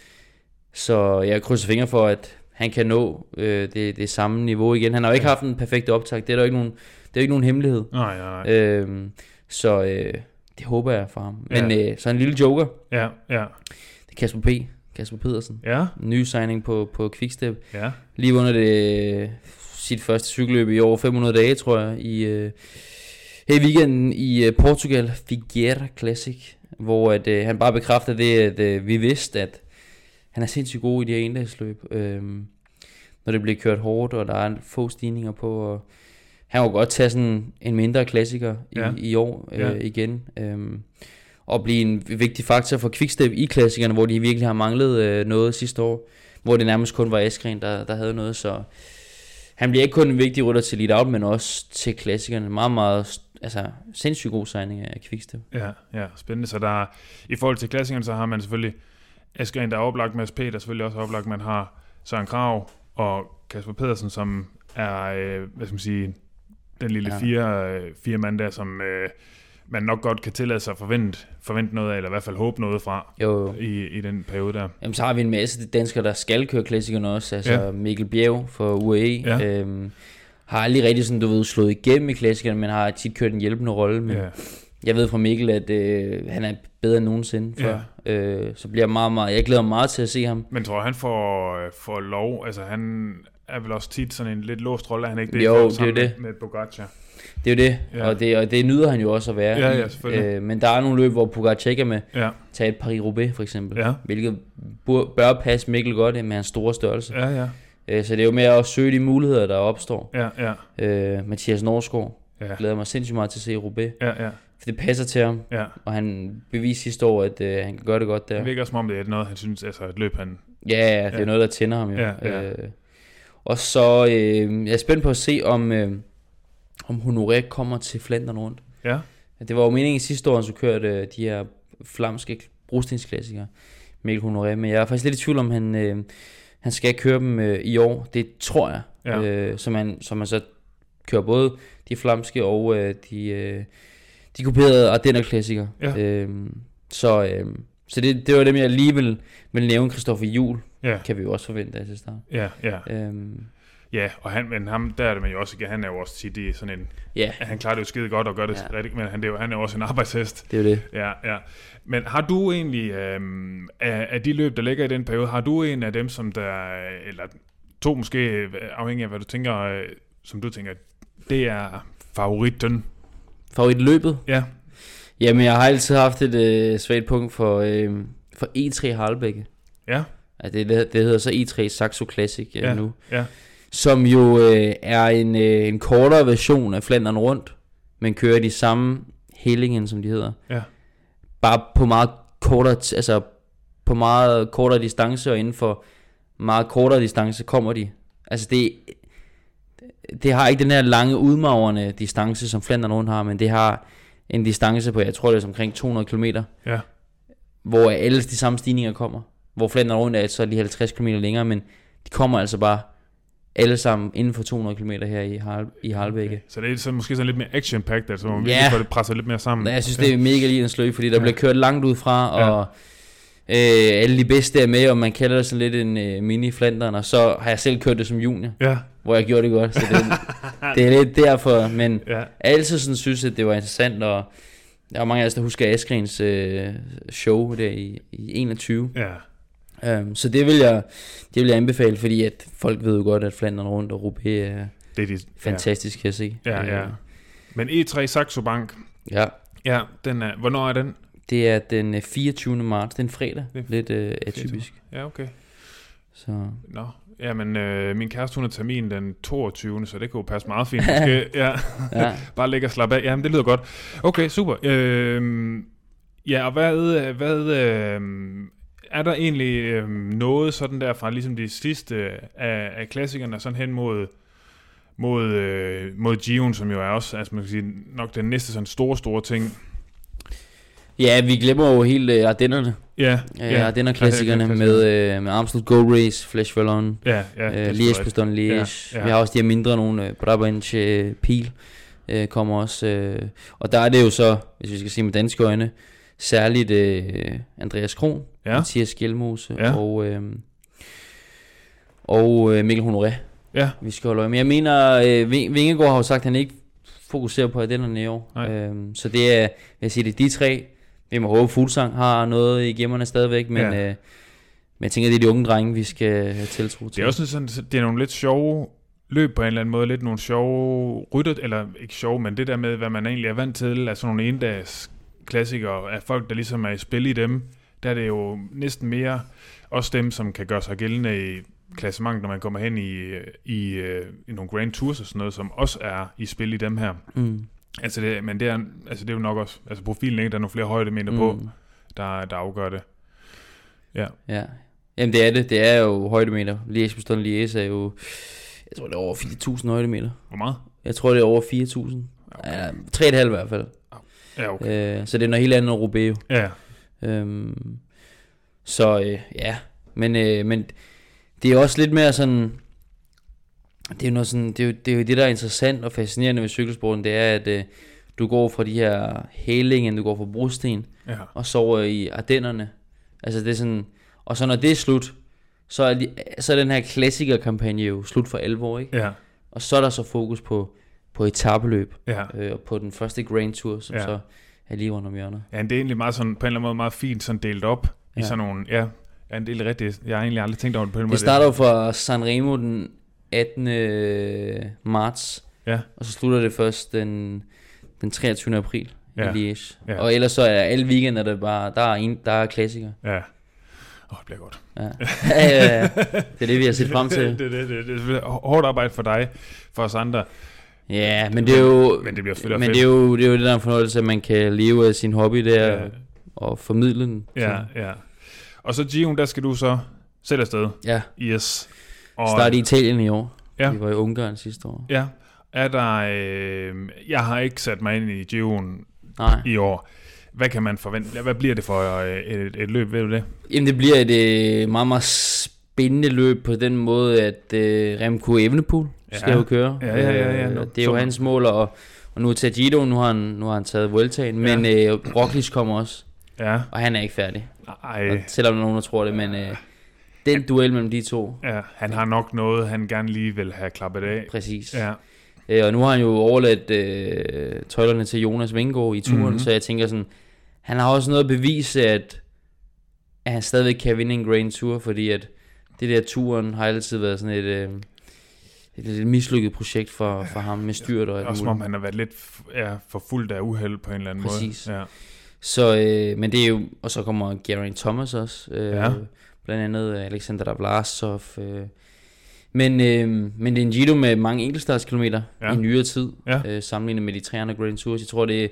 Så jeg krydser fingre for, at han kan nå øh, det, det samme niveau igen. Han har jo ikke haft en perfekt optag. Det er der ikke nogen, det er ikke nogen hemmelighed. Nej, nej, nej. Øhm, så øh, det håber jeg for ham. Men ja. øh, så en lille joker. Ja, ja. Det er Kasper P. Kasper Pedersen. Ja. Ny signing på, på Quickstep. Ja. Lige under det, sit første cykelløb i over fem hundrede dage, tror jeg. I, øh, her i weekenden i øh, Portugal. Figueira Classic. Hvor at, øh, han bare bekræfter det, at øh, vi vidste, at han er sindssygt god i de her endagsløb, øhm, når det bliver kørt hårdt, og der er få stigninger på. Og han kunne godt tage sådan en mindre klassiker i, ja. i år øh, ja. igen, øhm, og blive en vigtig faktor for Quickstep i klassikerne, hvor de virkelig har manglet øh, noget sidste år, hvor det nærmest kun var Asgreen, der, der havde noget. Så han bliver ikke kun en vigtig rytter til lead out, men også til klassikerne. Meget, meget altså, sindssygt god signing af Quickstep. Ja, ja, spændende. Så der, i forhold til klassikerne, så har man selvfølgelig Asgreen, der er oplagt, Mads P, der er selvfølgelig også oplagt, man har Søren Kragh og Kasper Pedersen, som er, øh, hvad skal man sige, den lille ja. fire, fire mand der, som øh, man nok godt kan tillade sig at forvente, forvente noget af, eller i hvert fald håbe noget fra jo. I, i den periode der. Jamen, så har vi en masse danskere, der skal køre klassikerne også. Altså ja. Mikkel Bjerg for U A E. Ja. Øhm, har aldrig rigtig sådan, du ved, slået igennem i klassikerne, men har tit kørt en hjælpende rolle. Men ja. Jeg ved fra Mikkel, at øh, han er bedre end nogensinde før. Ja. Øh, så bliver jeg meget, meget... Jeg glæder mig meget til at se ham. Men tror jeg, han får, får lov? Altså, han er vel også tit sådan en lidt låst rolle, er han ikke det? Jo, det er jo det. Med, med Pogacar. Det er jo det. Ja. Og det, og det nyder han jo også at være. Ja, ja, selvfølgelig. Øh, men der er nogle løb, hvor Pogacar ikke er med. Ja. Tag et Paris-Roubaix for eksempel. Ja. Hvilket bør passe Mikkel godt med hans store størrelse. Ja, ja. Øh, så det er jo med at søge de muligheder, der opstår. Ja, ja. Øh, Mathias Norsgaard. Ja. Glæder mig sindssygt meget til at se Roubaix. Ja, ja. For det passer til ham. Ja. Og han beviser sidste år, at øh, han kan gøre det godt der. Det virker som om, det er noget, han synes, altså et løb, han... Ja, ja, det er ja. noget, der tænder ham jo. Ja, ja. Øh, og så øh, jeg er spændt på at se, om, øh, om Honoré kommer til Flandern rundt. Ja. Det var jo meningen sidste år, han så kørte øh, de her flamske brostensklassikere, Mikkel Honoré. Men jeg er faktisk lidt i tvivl om, han, øh, han skal køre dem øh, i år. Det tror jeg. Ja. Øh, så, man, så man så kører både de flamske og øh, de... Øh, de kuperede Ardenner-klassikere. Ja. Øhm, så øhm, så det, det var dem, jeg lige vil, vil nævne. Christoffer Juhl ja. Kan vi jo også forvente af til start. Ja, ja. Øhm, ja, og han, men ham, der er det man jo også, han er jo også tit i sådan en... Ja. Han klarer det jo skide godt og gør det ja. rigtigt, men han, det er jo, han er jo også en arbejdshest. Det er jo det. Ja, ja. Men har du egentlig, øhm, af, af de løb, der ligger i den periode, har du en af dem, som der... Eller to måske, afhængig af hvad du tænker, som du tænker, det er favoritten? Favoritløbet? Ja. Jamen, jeg har altid haft et øh, svagt punkt for, øh, for E tre Harlebække. Ja. Altså, det, det hedder så E tre Saxo Classic øh, ja. nu. Ja. Som jo øh, er en, øh, en kortere version af Flandern rundt, men kører de samme Hellingen, som de hedder. Ja. Bare på meget kortere, altså på meget kortere distance, og inden for meget kortere distance kommer de. Altså, det det har ikke den her lange udmagrende distance, som Flandern rundt har, men det har en distance på, jeg tror det er omkring to hundrede kilometer, ja. Hvor alle de samme stigninger kommer. Hvor Flandern rundt er så lige halvtreds kilometer længere, men de kommer altså bare alle sammen inden for to hundrede kilometer her i, Harl, i Harlebække. Okay. Så det er så måske sådan lidt mere action-packed, altså man ja. Får det presset lidt mere sammen. Ja, jeg synes, ja. Det er mega lige en sløj, fordi der ja. Bliver kørt langt ud fra, og ja. øh, alle de bedste er med, og man kalder det sådan lidt en øh, mini-Flandern, og så har jeg selv kørt det som junior. Ja. Hvor jeg gjorde det godt, så det, det er lidt derfor, men ja. Jeg altid sådan synes, at det var interessant, og der er mange af os, der husker Asgrens øh, show der i, i enogtyve. Ja. Um, så det vil, jeg, det vil jeg anbefale, fordi at folk ved jo godt, at Flandern rundt og Roubaix er, det er de, fantastisk ja. At se. Ja, ja. Men E tre Saxo Bank, ja. Ja, den er, hvornår er den? Det er den fireogtyvende marts, det er en fredag, det er lidt øh, atypisk. Ja, okay. Så. Nå. Jamen, øh, min kæreste, hun har termin den toogtyvende, så det kunne passe meget fint. Måske, ja. Ja. Bare ligge og slappe af. Jamen, det lyder godt. Okay, super. Øh, ja, og hvad, hvad øh, er der egentlig øh, noget sådan der fra ligesom de sidste af, af klassikerne, sådan hen mod, mod, øh, mod Giroen, som jo er også, altså man kan sige, nok den næste sådan store, store ting? Ja, vi glemmer jo helt uh, Ardennerne. Ja, yeah, yeah. Ardenner-klassikerne yeah, med, uh, med Amstel Gold Race, Flash Vallon, yeah, yeah, uh, Liège, Bastogne, Liège. Yeah, yeah. Vi har også de her mindre nogle, uh, Brabant, uh, Pil uh, kommer også. Uh, og der er det jo så, hvis vi skal sige med danske øjne, særligt uh, Andreas Kron, yeah. Mathias Gjelmose yeah. og, uh, og uh, Mikkel Honoré. Yeah. Vi skal holde øje. Men jeg mener, uh, Vingegaard har jo sagt, at han ikke fokuserer på Ardennerne i år. Uh, så det er, jeg siger det, de tre. Vi må håbe, Fuglsang har noget i gemmerne stadigvæk, men, ja. øh, men jeg tænker, det er de unge drenge, vi skal have tiltro til. Det er også sådan, det er nogle lidt sjove løb på en eller anden måde, lidt nogle sjove rytter, eller ikke sjove, men det der med, hvad man egentlig er vant til, altså nogle endags klassikere, af folk, der ligesom er i spil i dem, der er det jo næsten mere også dem, som kan gøre sig gældende i klassement, når man kommer hen i, i, i nogle Grand Tours og sådan noget, som også er i spil i dem her. Mm. Altså det, men det er, altså det er jo nok også, altså profilen ikke, der er nogle flere højdemeter mm. på, der, der afgør det. Ja. Ja. Jamen det er det, det er jo højdemeter. Liège, Bastogne, Liège er jo, jeg tror det er over fire tusind højdemeter. Hvor meget? Jeg tror det er over fire tusind. Okay. Ja, tre komma fem i hvert fald. Ja, okay. Øh, så det er noget helt andet end Roubaix. Ja. Øhm, så øh, ja, men, øh, men det er også lidt mere sådan, det er jo noget sådan, det er jo, det er jo det der er interessant og fascinerende ved cykelsporten, det er at øh, du går fra de her hælingen, du går fra brosten, ja. og så over i Ardennerne. Altså det er sådan, og så når det er slut, så er, de, så er den her klassikerkampagne jo slut for alvor, ikke? Ja. Og så er der så fokus på på etapeløb, ja. øh, og på den første Grand Tour, som ja. så er lige rundt om hjørnet. Ja, det er egentlig meget sådan, på en eller anden måde meget fint sådan delt op ja. i sådan nogle, ja, ja, en del rigtigt. Jeg har egentlig aldrig tænkt over det på en måde. Det starter jo fra Sanremo den attende marts, ja. og så slutter det først den, den treogtyvende april ja. i Liège. Ja. Og ellers så er alle weekender, der bare, der er, en, der er klassikere. Ja. Åh, oh, det bliver godt. Ja. ja, ja, ja. Det er det, vi har set frem til. det, det, det, det, det, det er hårdt arbejde for dig, for os andre. Ja, men det er jo, men det bliver men det er jo, det er jo det der fornøjelse, at man kan leve af sin hobby der, ja. og formidle den. Ja, ja. Og så Giroen, der skal du så selv afsted. Ja. Yes. Og starte i Italien i år. Ja. Vi var i Ungarn sidste år. Ja. Er der, øh, jeg har ikke sat mig ind i Giroen i år. Hvad kan man forvente? Hvad bliver det for et, et løb, ved du det? Jamen det bliver et øh, meget, meget spændende løb på den måde, at øh, Remco Evenepoel skal ja. jo køre. Ja, ja, ja, ja. Øh, det er jo hans mål, og, og nu til Giro, nu har han, nu har han taget Vueltaen, men ja. øh, Roglic kommer også, ja. og han er ikke færdig. Ej. Og selvom der er nogen, der tror det, men øh, den duel mellem de to. Ja, han har nok noget, han gerne lige vil have klappet af. Præcis. Ja. Øh, og nu har han jo overladt øh, tøjlerne til Jonas Vingegaard i turen, mm-hmm. så jeg tænker sådan, han har også noget at bevise, at, at han stadigvæk kan vinde en Grand Tour, fordi at det der turen har altid været sådan et, øh, et, et mislykket projekt for, for ham med styrt og alt også som om han har været lidt ja, forfulgt af uheld på en eller anden Præcis. måde. Ja. Så, øh, men det er jo, og så kommer Geraint Thomas også, øh, ja. blandt andet Alexander Davlasov. Øh. Men, øh, men det er en Giro med mange enkeltstartskilometer ja. i nyere tid, ja. øh, sammenlignet med de tre andre Grand Tours. Jeg tror det er,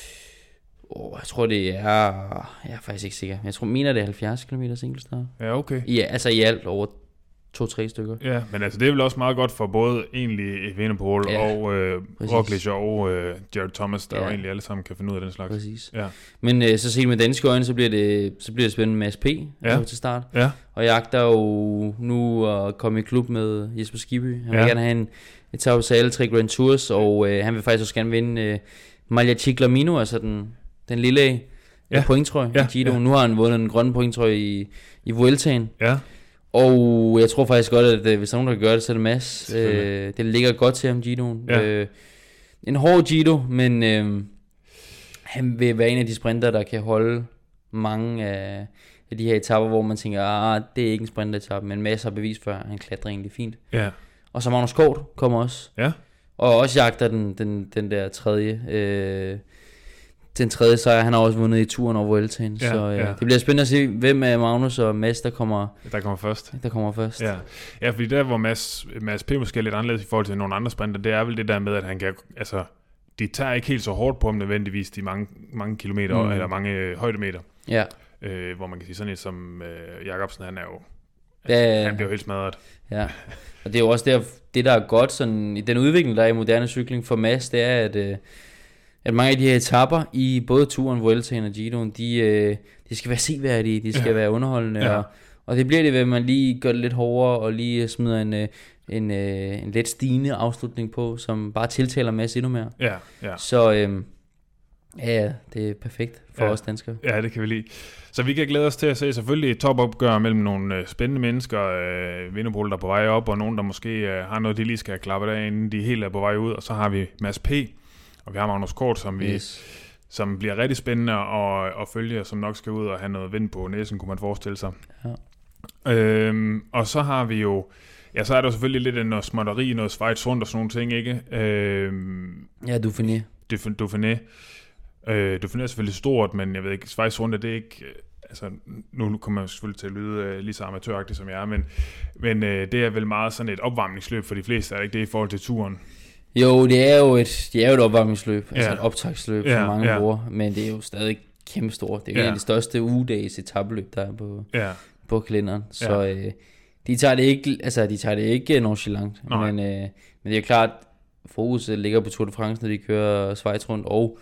oh, jeg tror det er, jeg er faktisk ikke sikker, jeg tror mener det er halvfjerds kilometer enkeltstart. Ja, okay. Ja, altså i alt over to-tre stykker. Ja, men altså det er vel også meget godt for både egentlig Evenepoel ja, og øh, Roglic og øh, Geraint Thomas, der ja. jo egentlig alle sammen kan finde ud af den slags. Præcis. Ja. Men øh, så set med danske øjne, så bliver det, så bliver det spændende med S P ja. til start. Ja. Og jeg agter jo nu at komme i klub med Jesper Skibby. Han vil ja. gerne have en etape til alle tre Grand Tours, og øh, han vil faktisk også gerne vinde øh, Maglia Ciclamino, altså den, den lille ja. pointtrøje ja. i Giro. Ja. Nu har han vundet den grønne pointtrøje i, i Vueltaen. Ja. Og jeg tror faktisk godt, at hvis der er nogen, der kan gøre det, så er det Mads. Øh, det ligger godt til ham, Giroen. Ja. Øh, en hård Giro, men øh, han vil være en af de sprinter, der kan holde mange af, af de her etaper, hvor man tænker, ah, det er ikke en sprinteretappe, men Mads har bevis for, at han klatrer egentlig fint. Ja. Og så Magnus Kort kommer også. Ja. Og også jagter den, den, den der tredje... Øh, den tredje sejr, han har også vundet i turen over Vueltaen, ja, så øh, ja. det bliver spændende at se, hvem af Magnus og Mads, der kommer, der kommer først. Der kommer først. Ja, ja fordi der, hvor Mads, Mads P. måske er lidt anderledes i forhold til nogle andre sprinter, det er vel det der med, at han kan, altså, de tager ikke helt så hårdt på ham nødvendigvis, de mange, mange kilometer, mm. eller mange øh, højdemeter. Ja. Øh, hvor man kan sige sådan et som øh, Jacobsen, han er jo, altså, ja, han bliver jo helt smadret. Ja, og det er jo også der, det der er godt, sådan, i den udvikling, der er i moderne cykling for Mads, det er, at øh, at mange af de her etapper i både turen, Vueltaen og Giroen, de, øh, de skal være seværdige, de skal ja. være underholdende, ja. og, og det bliver det ved, at man lige gør det lidt hårdere, og lige smider en, en, en, en let stigende afslutning på, som bare tiltaler Mads endnu mere. Ja, ja. Så øh, ja, det er perfekt for ja. os danskere. Ja, det kan vi lide. Så vi kan glæde os til at se selvfølgelig et topopgør mellem nogle øh, spændende mennesker, øh, Evenepoel, der er på vej op, og nogen, der måske øh, har noget, de lige skal have klappet af, inden de helt er på vej ud, og så har vi Mads P., og vi har Magnus Kort, som, vi, yes. som bliver rigtig spændende at, at følge, som nok skal ud og have noget vind på næsen, kunne man forestille sig. Ja. Øhm, og så har vi jo, ja, så er der selvfølgelig lidt noget småtteri, noget Schweiz rundt og sådan nogle ting, ikke? Øhm, ja, Dauphiné. Dauphiné. Øh, Dauphiné er selvfølgelig stort, men jeg ved ikke, Schweiz rundt er det ikke, altså nu kommer jeg selvfølgelig til at lyde øh, lige så amatøragtigt som jeg er, men, men øh, det er vel meget sådan et opvarmningsløb for de fleste, er det ikke det i forhold til turen? Jo, det er jo et, det er jo et opvarmningsløb, ja. altså et optagsløb, ja, som mange ja. bruger, men det er jo stadig kæmpe stort. Det er jo ja. en af de største ugedags etapeløb, der er på, ja. på kalenderen. Så ja. øh, de tager det ikke, altså de tager det ikke nonchalant, men, øh, men det er klart, fokuset ligger på Tour de France, når de kører Schweiz rundt og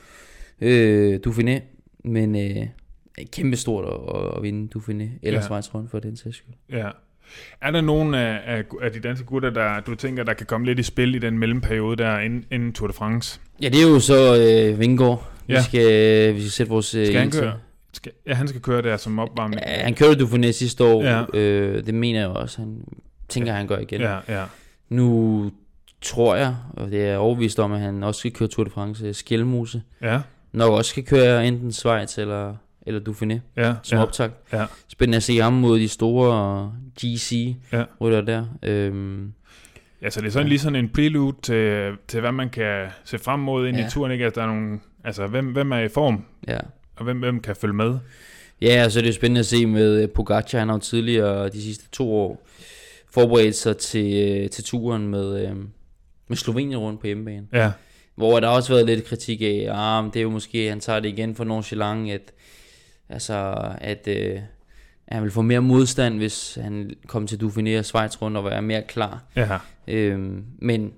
øh, Dauphiné, men øh, kæmpe stort at, at vinde Dauphiné eller ja. Schweiz rundt for den sags skyld. Ja. Er der nogen af, af, af de danske gutter, der du tænker, der kan komme lidt i spil i den mellemperiode der inden, inden Tour de France? Ja, det er jo så øh, Vingegaard. Vi, ja. skal, vi skal sætte vores... Øh, skal han køre? Skal, ja, han skal køre der som opvarmning. Ja, han kørte Dauphiné sidste år. Ja. Øh, det mener jeg også. Han tænker, ja. han gør igen. Ja, ja. Nu tror jeg, og det er overbevist om, at han også skal køre Tour de France Skelmose. Ja. Nok også skal køre enten Schweiz eller, eller Dauphiné ja, som ja. optakt. Ja. Spændende at se ham mod de store G C-rytter ja. der. Øhm, ja, så det er sådan ja. lige sådan en prelude til, til, hvad man kan se frem mod ind ja. i turen, ikke? At der er nogle, altså, hvem, hvem er i form? Ja. Og hvem, hvem kan følge med? Ja, så det er jo spændende at se med Pogacar. Han har jo tidligere de sidste to år forberedt sig til, til turen med, med Slovenien rundt på hjemmebane. Ja. Hvor der har også været lidt kritik af, ah, det er jo måske, han tager det igen for nonchalant, at, altså, at, øh, at han vil få mere modstand, hvis han kommer til Dauphiné og Schweiz rundt og være mere klar. Ja. Øhm, men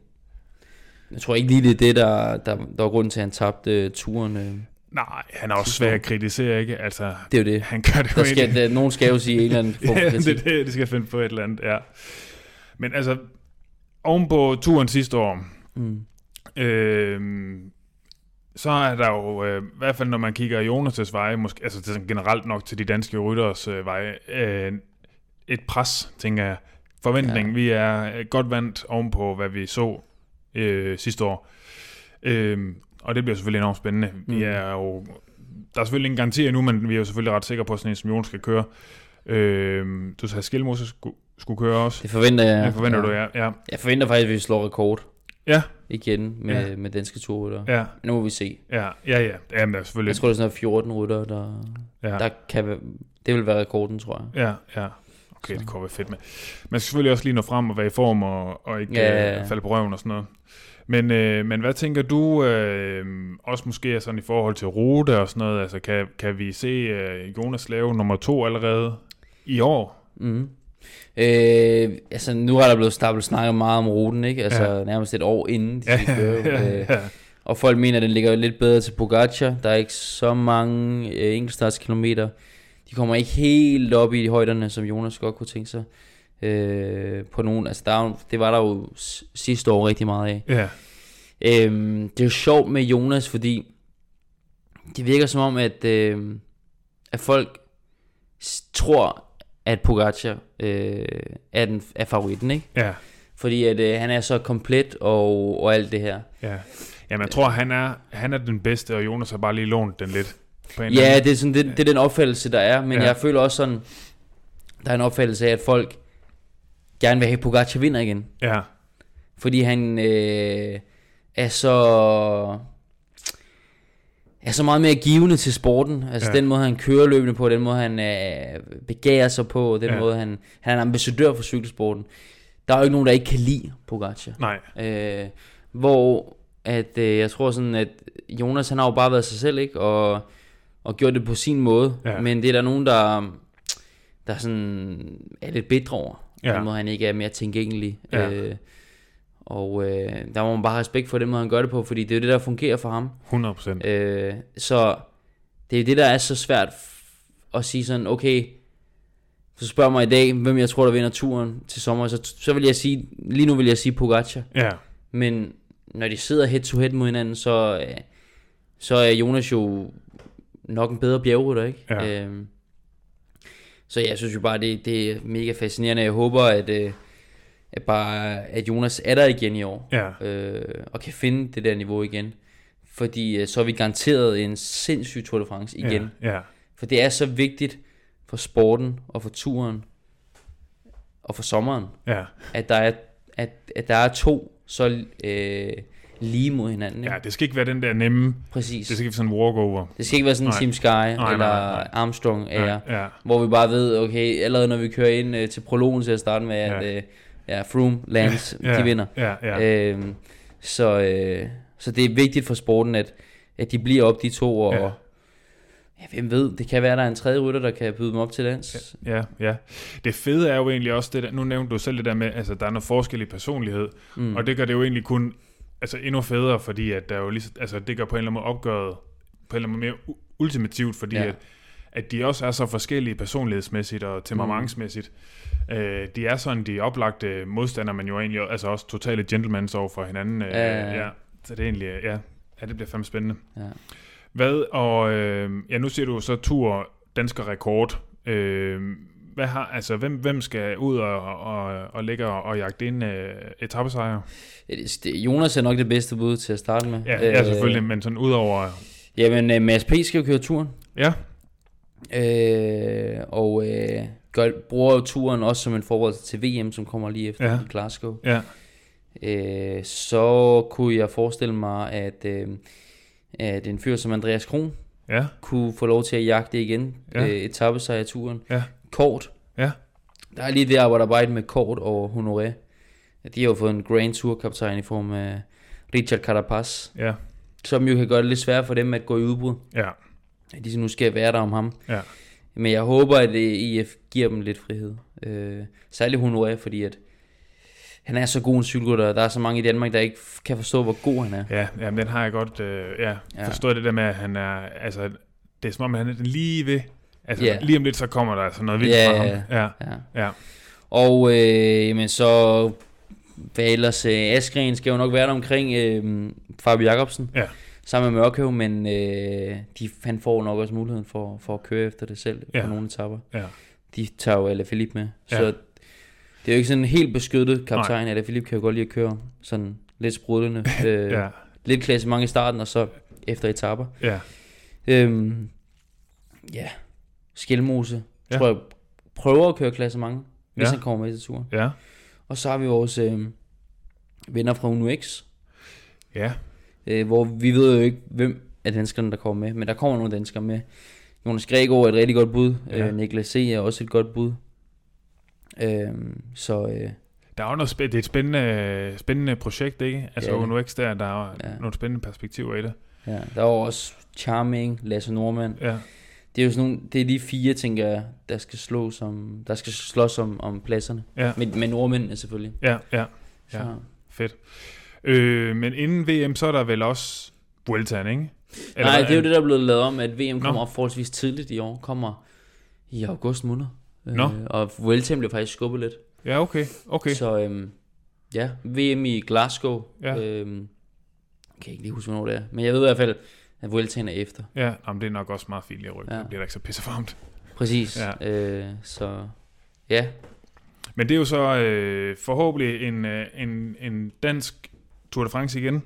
jeg tror ikke lige, det er det, der, der, der er grunden til, at han tabte uh, turen. Øh. Nej, han er også svær at kritisere, ikke? Altså, det er jo det. Han gør det der skal, der, nogen skal jo sige en eller anden form for kritik. Ja, det, det, det skal finde på et eller andet, ja. Men altså, oven på turen sidste år, mm. øh, så er der jo, øh, i hvert fald når man kigger Jonas' veje, måske, altså det er generelt nok til de danske rytteres øh, veje, øh, et pres, tænker jeg. Forventning, ja. Vi er godt vandt ovenpå, hvad vi så øh, sidste år. Øh, og det bliver selvfølgelig enormt spændende. Mm. Vi er jo, der er selvfølgelig ingen garanti endnu, men vi er jo selvfølgelig ret sikre på, at sådan en som Jonas skal køre. Øh, du sagde, at Skelmose skulle, skulle køre også. Det forventer jeg. Det forventer ja. du, ja. ja. Jeg forventer faktisk, at vi slår rekord. Ja. Igen med, ja. med danske turrytter. Ja. Nu må vi se. Ja, ja, ja. Jamen, der er selvfølgelig... Jeg tror, det er sådan fjorten rytter, der, ja. der kan være... Det vil være rekorden, tror jeg. Ja, ja. Okay, så. Det kunne være fedt med. Man skal selvfølgelig også lige nå frem og være i form og, og ikke ja. øh, falde på røven og sådan noget. Men, øh, men hvad tænker du, øh, også måske sådan i forhold til rute og sådan noget, altså kan, kan vi se øh, Jonas lave nummer to allerede i år? Mm. Øh, altså nu er der blevet, der blevet snakket meget om ruten, ikke? Altså ja. nærmest et år inden de skal køre. Ja, ja. Og folk mener, at den ligger lidt bedre til Pogacar. Der er ikke så mange øh, enkeltstartskilometer. De kommer ikke helt op i de højderne, som Jonas godt kunne tænke sig. Øh, på nogen, altså der er, det var der jo sidste år rigtig meget af. Ja. Øhm, det er jo sjovt med Jonas, fordi det virker som om, at, øh, at folk tror, at Pogacar øh, er, den, er favoritten, ikke? Ja. Fordi at øh, han er så komplet og, og alt det her. Ja. Jamen jeg tror, han er, han er den bedste, og Jonas har bare lige lånt den lidt. Ja, det er, sådan, det, det er den opfattelse, der er. Men ja. jeg føler også sådan, der er en opfattelse af, at folk gerne vil have Pogacar vinder igen. Ja. Fordi han øh, er så er så meget mere givende til sporten. Altså ja. den måde han kører løbende på, den måde han øh, begærer sig på, den ja. måde han, han er ambassadør for cykelsporten. Der er jo ikke nogen, der ikke kan lide Pogacar. Nej. Øh, hvor at øh, jeg tror sådan, at Jonas han har jo bare været sig selv, ikke? Og, og gjort det på sin måde. Ja. Men det er der nogen, der der sådan er lidt bedre over. Ja. Den måde han ikke er mere tilgængelig. Ja. Øh, og øh, der må man bare have respekt for den måde han gør det på, fordi det er jo det der fungerer for ham. hundrede procent. øh, Så det er det der er så svært f- at sige sådan, okay, så spørger mig i dag, hvem jeg tror der vinder turen til sommer, så, så vil jeg sige, lige nu vil jeg sige Pogacar. Ja. Men når de sidder head to head mod hinanden, så øh, så er Jonas jo nok en bedre bjergrytter, ikke? Ja. øh, Så jeg synes jo bare, det, det er mega fascinerende. Jeg håber, at, øh, at, bare, at Jonas er der igen i år. Ja. Øh, og kan finde det der niveau igen. Fordi øh, så er vi garanteret en sindssyg Tour de France igen. Ja. Ja. For det er så vigtigt for sporten og for turen og for sommeren. Ja. At, der er, at, at der er to så øh, lige mod hinanden. Ikke? Ja, det skal ikke være den der nemme. Præcis. Det skal ikke være sådan en walkover. Det skal ikke være sådan en Team Sky nej, eller nej, nej. Armstrong ære, ja. hvor vi bare ved, okay, allerede når vi kører ind øh, til prologen til at starte med, at ja. Øh, ja, Froome, Lance, ja. de vinder. Ja, ja. Øhm, så, øh, så det er vigtigt for sporten, at, at de bliver op de to, og ja. Ja, hvem ved, det kan være, der er en tredje rytter, der kan byde dem op til dans. Ja, ja, ja. Det fede er jo egentlig også det der, nu nævnte du selv det der med, altså der er noget forskel i personlighed, mm. og det gør det jo egentlig kun altså endnu federe, fordi at der jo lige, altså det gør på en eller anden måde opgøret på en eller anden måde mere ultimativt, fordi ja. at, at de også er så forskellige personlighedsmæssigt og temperamentsmæssigt. Mm. Øh, de er sådan de oplagte modstandere, men jo egentlig altså også totale gentlemans over for hinanden. Øh, ja, ja. Så det er egentlig, ja, ja det bliver fandme spændende. Ja. Hvad, og øh, ja, nu siger du så tur dansker rekord. Øh, hvad har, altså, hvem, hvem skal ud og, og, og ligge og, og jagte ind øh, etappesejre? Jonas er nok det bedste bud til at starte med. Ja, ja selvfølgelig, øh, men sådan ud over... Jamen, uh, Mads P. skal jo køre turen. Ja. Øh, og øh, gør, bruger jo turen også som en forberedelse til V M, som kommer lige efter ja. i Glasgow. Ja. Øh, så kunne jeg forestille mig, at, øh, at en fyr som Andreas Kron ja. kunne få lov til at jagte igen ja. øh, etappesejrturen. Ja. Kort. Ja. Der er lige det arbejde med Kort og Honoré. De har jo fået en Grand Tour kaptajn i form af Richard Carapaz. Ja. Som jo kan gøre det lidt svært for dem at gå i udbrud. Ja. De nu skal være der om ham. Ja. Men jeg håber, at E F giver dem lidt frihed. Øh, særligt Honoré, fordi at han er så god en cykelrytter. Der er så mange i Danmark, der ikke kan forstå, hvor god han er. Ja, jamen, den har jeg godt øh, ja, ja. forstået det der med, at han er... Altså, det er som om, han er lige ved... Altså, yeah. lige om lidt, så kommer der altså noget vildt yeah, fra ham. Ja, ja. ja. Og øh, jamen, så... Hvad ellers? Øh, Askren skal jo nok være der omkring øh, Fabio Jacobsen. Ja. Sammen med Mørkøv, men øh, de, han får nok også muligheden for, for at køre efter det selv ja. på nogle etapper. Ja. De tager jo Alaphilippe med. Ja. Så det er jo ikke sådan en helt beskyttet kaptajn. Alaphilippe kan jo godt lide at køre sådan lidt sprudlende. øh, ja. Lidt klassement i starten, og så efter etapper. Ja. Øhm, ja. Skelmose, ja. tror jeg, prøver at køre klassement, hvis ja. han kommer med til turen. Ja. Og så har vi vores øh, venner fra Uno X. Ja. Øh, hvor vi ved jo ikke, hvem af danskerne, der kommer med. Men der kommer nogle danskere med. Jonas Gregor er et rigtig godt bud. Ja. Øh, Niklas C. er også et godt bud. Øh, så... Øh, der er jo noget spæ- det er et spændende, spændende projekt, ikke? Altså ja. Uno X der, der er ja. nogle spændende perspektiver i det. Ja, der er også Charming, Lasse Nordmand. Ja. Det er jo sådan nogle, det er de fire, tænker jeg, der skal slå som, der skal slås om, om pladserne. Ja. Med, med nordmændene selvfølgelig. Ja, ja, ja. Fedt. Øh, men inden V M, så er der vel også Vueltaen, ikke? Eller nej, det er jo det, der er blevet lavet om, at V M kommer Nå. op forholdsvis tidligt i år. Kommer i august måned. Nå. Øh, og Vueltaen bliver faktisk skubbet lidt. Ja, okay. okay. Så øhm, ja, V M i Glasgow. Ja. Øhm, jeg kan ikke lige huske, hvornår det er. Men jeg ved i hvert fald, at Vueltaen er efter. Ja, jamen, det er nok også meget fint at rykke. Ja. Det bliver da ikke så pissevarmt. Præcis. Ja. Øh, så ja. Men det er jo så øh, forhåbentlig en, øh, en, en dansk Tour de France igen.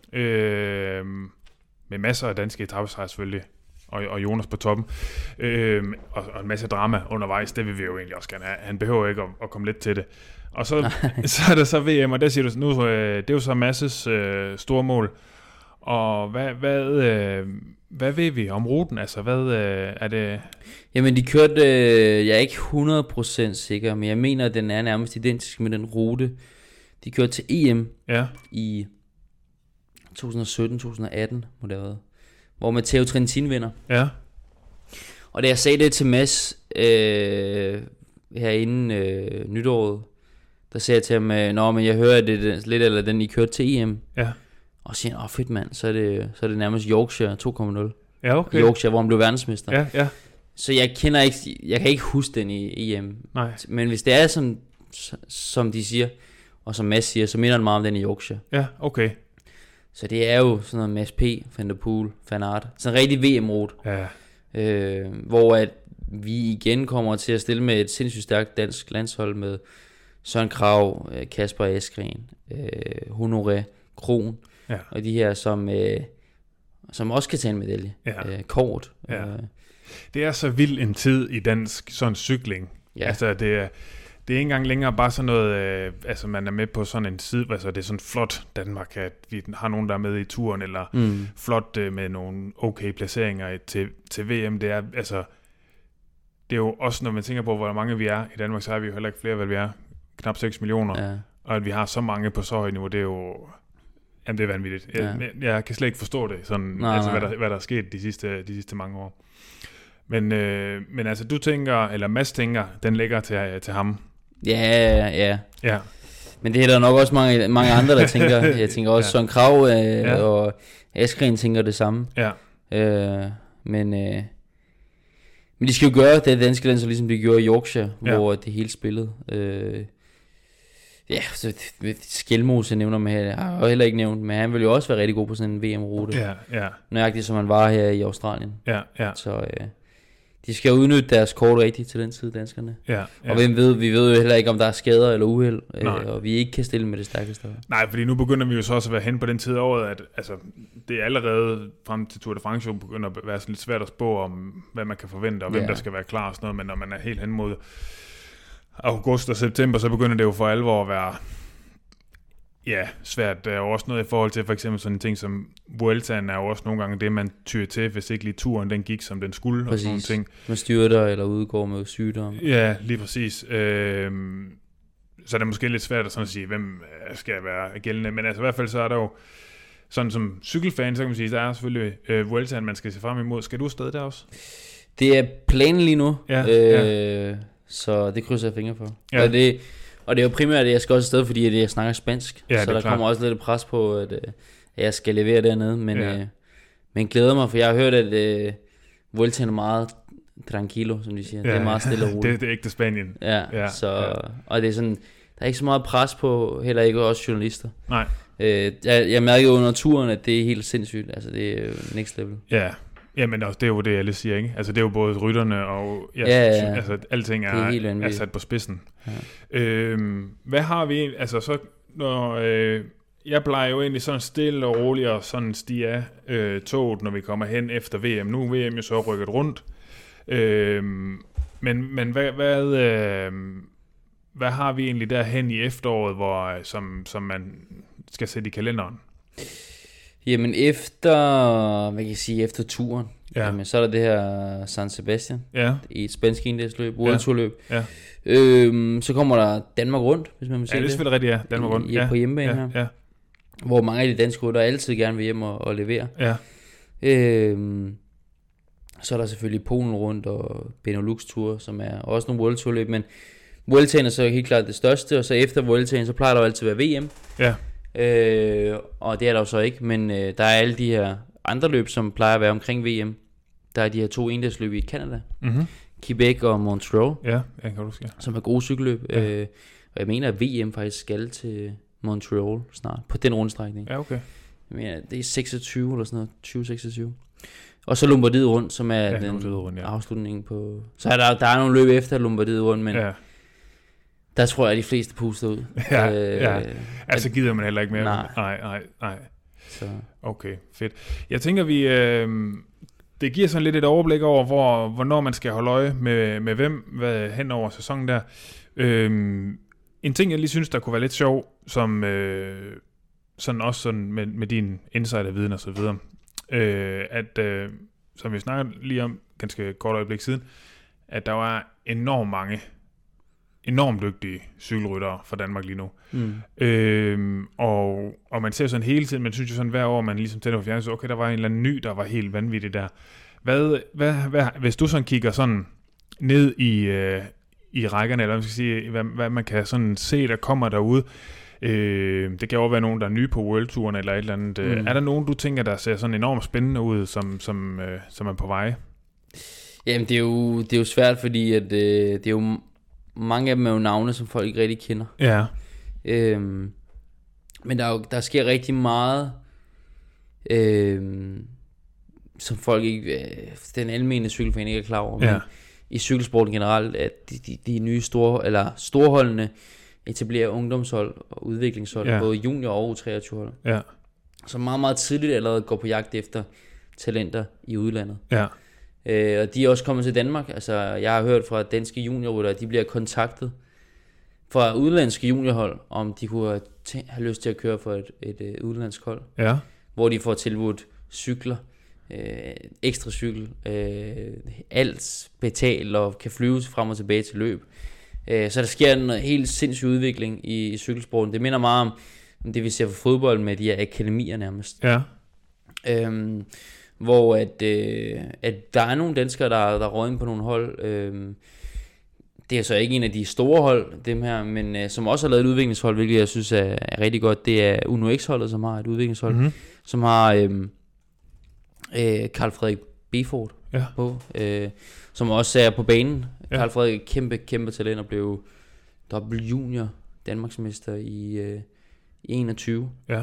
Øh, med masser af danske etapesejre selvfølgelig. Og, og Jonas på toppen. Øh, og, og en masse drama undervejs. Det vil vi jo egentlig også gerne have. Han behøver ikke at, at komme lidt til det. Og så, så er der så V M, og der siger du nu, øh, det er jo så Masses øh, store mål. Og hvad, hvad, øh, hvad ved vi om ruten? Altså, hvad øh, er det? Jamen, de kørte, øh, jeg er ikke hundrede procent sikker, men jeg mener, at den er nærmest identisk med den rute. De kørte til E M ja. i to tusind sytten til to tusind atten, må det have været, hvor Matteo Trentin vinder. Ja. Og da jeg sagde det til Mads øh, herinde øh, nytåret, der sagde jeg til ham, øh, nå, men jeg hører, at det er lidt eller den, I kørte til E M. Ja. Og så siger han, åh fedt mand, så er det, så er det nærmest Yorkshire to komma nul. Ja, okay. Yorkshire, hvor han blev verdensmester. Ja, ja. Så jeg kender ikke, jeg kan ikke huske den i E M. Nej. Men hvis det er sådan, som de siger, og som Mads siger, så minder han meget om den i Yorkshire. Ja, okay. Så det er jo sådan noget Mads P, Van der Poel, Van Aert. Sådan en rigtig V M-rute. Ja. Øh, hvor at vi igen kommer til at stille med et sindssygt stærkt dansk landshold med Søren Kragh, Kasper Askren, øh, Honoré, Kron. Ja. Og de her, som, øh, som også kan tage en medalje. Ja. Øh, Kort. Ja. Øh. Det er så vild en tid i dansk sådan cykling. Ja. Altså, det er, det er ikke engang længere bare sådan noget, øh, altså man er med på sådan en side, altså det er sådan flot Danmark, at vi har nogen, der er med i turen, eller mm. flot øh, med nogle okay placeringer til, til V M. Det er, altså, det er jo også, når man tænker på, hvor mange vi er i Danmark, så er vi jo heller ikke flere, hvad vi er. Knap seks millioner. Ja. Og at vi har så mange på så højt niveau, det er jo... Jamen, det er vanvittigt. Jeg, ja. jeg, jeg kan slet ikke forstå det, sådan, nej, altså, nej. Hvad, der, hvad der er sket de sidste, de sidste mange år. Men, øh, men altså, du tænker, eller Mads tænker, den ligger til, til ham. Ja, ja. Ja. Men det er der nok også mange, mange andre, der tænker. Jeg tænker også, ja. Søren Kragh øh, ja. og Askren tænker det samme. Ja. Øh, men, øh, Men de skal jo gøre det danske land, så ligesom de gjorde i Yorkshire, ja. hvor det hele spillede. Øh, ja, så Skelmose nævner man her, har jeg heller ikke nævnt, men han vil jo også være rigtig god på sådan en V M-rute. Ja, ja. Nøjagtigt som han var her i Australien. Ja, ja. Så øh, de skal udnytte deres kort rigtigt til den tid, danskerne. Ja, ja. Og hvem ved, vi ved jo heller ikke, om der er skader eller uheld, øh, og vi ikke kan stille med det stærkeste. Nej, fordi nu begynder vi jo så også at være hen på den tid af året, at altså, det er allerede frem til Tour de France jo begynder at være sådan lidt svært at spå om, hvad man kan forvente, og hvem ja. der skal være klar og sådan noget, men når man er helt hen mod august og september, så begynder det jo for alvor at være ja, svært. Der er jo også noget i forhold til for eksempel sådan en ting som Vueltaen er jo også nogle gange det, man tyrer til, hvis ikke lige turen den gik, som den skulle. Præcis. Og sådan nogle ting. Man styrter eller udgår med sygdom. Ja, lige præcis. Øhm, så er det måske lidt svært at, sådan at sige, hvem skal være gældende. Men altså i hvert fald så er der jo, sådan som cykelfan, så kan man sige, der er selvfølgelig øh, Vueltaen, man skal se frem imod. Skal du afsted der også? Det er planen lige nu, ja, øh, ja. Så det krydser jeg fingre for. Ja. Og, det, og det er jo primært, at jeg skal også afsted, fordi at jeg snakker spansk. Ja, så der klart. kommer også lidt pres på, at, at jeg skal levere dernede. Men, ja. øh, men glæder mig, for jeg har hørt, at øh, Vueltaen er meget tranquilo, som de siger. Ja. Det er meget stille og roligt. det, det er ikke det Spanien. Ja, ja, så, ja. Og det er sådan, der er ikke så meget pres på, heller ikke også journalister. Nej. Øh, jeg, jeg mærkede under turen, at det er helt sindssygt. Altså det er jo next level. Ja. Jamen også, det er jo det, alle siger, ikke? Altså det er jo både rytterne og ja, ja, ja. altså alting er, er, er sat på spidsen. Ja. Øhm, hvad har vi egentlig, altså så, når øh, jeg plejer jo egentlig sådan stille og roligt og sådan stige af øh, toget, når vi kommer hen efter V M. Nu er V M jo så rykket rundt. Øhm, men men hvad, hvad, øh, hvad har vi egentlig derhen i efteråret, hvor, som, som man skal sætte i kalenderen? Jamen efter, hvad kan jeg sige, efter turen, ja. jamen, så er der det her San Sebastian, ja. i et spansk endagsløb, World Tour løb. Ja. Øhm, så kommer der Danmark rundt, hvis man må sige det. Ja, det er selvfølgelig rigtigt, ja. Danmark rundt. I, ja, på hjemmebane ja. her. Ja. Hvor mange af de danske rytter altid gerne vil hjem og, og levere. Ja. Øhm, så er der selvfølgelig Polen rundt og Benelux Tour, som er også nogle World Tour løb, men Vueltaen er så helt klart det største, og så efter Vueltaen, så plejer der jo altid at være V M. Ja. Øh, og det er der jo så ikke, men øh, der er alle de her andre løb, som plejer at være omkring V M. Der er de her to endagsløb i Canada, mm-hmm. Quebec og Montreal, ja, jeg kan huske, ja. som er gode cykelløb. Ja. Øh, og jeg mener, at V M faktisk skal til Montreal snart, på den rundstrækning. Ja, okay. Jeg mener, det er seksogtyve eller sådan noget, tyve seksogtyve. Og så Lombardiet rundt, som er ja, den rundt, ja. afslutningen på... Så er der, der er nogle løb efter Lombardiet rundt, men... Ja. Der tror jeg, at de fleste puster ud. Ja, øh, ja. Altså gider man heller ikke mere. Nej. Nej, nej, nej. Så. Okay, fedt. Jeg tænker, vi... Øh, det giver sådan lidt et overblik over, hvor, hvornår man skal holde øje med, med hvem hvad, hen over sæsonen der. Øh, en ting, jeg lige synes, der kunne være lidt sjov, som øh, sådan også sådan med, med din insiderviden og så videre, øh, at, øh, som vi snakkede lige om ganske kort øjeblik siden, at der var enormt mange enormt dygtige cykelryttere fra Danmark lige nu. Mm. Øhm, og, og man ser sådan hele tiden, man synes jo sådan hver år, man ligesom tænder på fjernsynet, okay, der var en eller anden ny, der var helt vanvittig der. Hvad, hvad, hvad, hvis du sådan kigger sådan ned i, øh, i rækkerne, eller hvad man skal sige, hvad, hvad man kan sådan se, der kommer derude, øh, det kan jo være nogen, der er nye på World-turen eller et eller andet. Mm. Er der nogen, du tænker, der ser sådan enormt spændende ud, som, som, øh, som er på vej? Jamen, det er jo, det er jo svært, fordi at, øh, det er jo mange af dem er jo navne, som folk ikke rigtig kender. Ja. Øhm, men der, er jo, der sker rigtig meget, øhm, som folk ikke, øh, den almene cykelfan ikke er klar over. Ja. Men i cykelsporten generelt, at de, de, de nye store, eller storholdene etablerer ungdomshold og udviklingshold, ja. Både junior og U treogtyve hold. Ja. Som meget, meget tidligt allerede går på jagt efter talenter i udlandet. Ja. Øh, og de er også kommet til Danmark. Altså, jeg har hørt fra danske juniorryttere, at de bliver kontaktet fra udlandske juniorhold, om de kunne have, t- have lyst til at køre for et, et, et udlandsk hold. Ja. Hvor de får tilbudt cykler, øh, ekstra cykel, øh, alt betalt og kan flyve frem og tilbage til løb. Øh, så der sker en helt sindssyg udvikling i, i cykelsporten. Det minder meget om, om det, vi ser for fodbold med de her akademier nærmest. Ja. Øhm, hvor at, øh, at der er nogle danskere, der, der råder ind på nogle hold. Øh, det er så ikke en af de store hold, dem her, men øh, som også har lavet et udviklingshold, hvilket jeg synes er, er rigtig godt. Det er Uno X-holdet, som har et udviklingshold, mm-hmm. som har øh, øh, Carl Frederik Befort, ja. på, øh, som også er på banen. Ja. Carl Frederik, kæmpe, kæmpe talent, og blev dobbelt junior Danmarksmester i, øh, i enogtyve. Ja.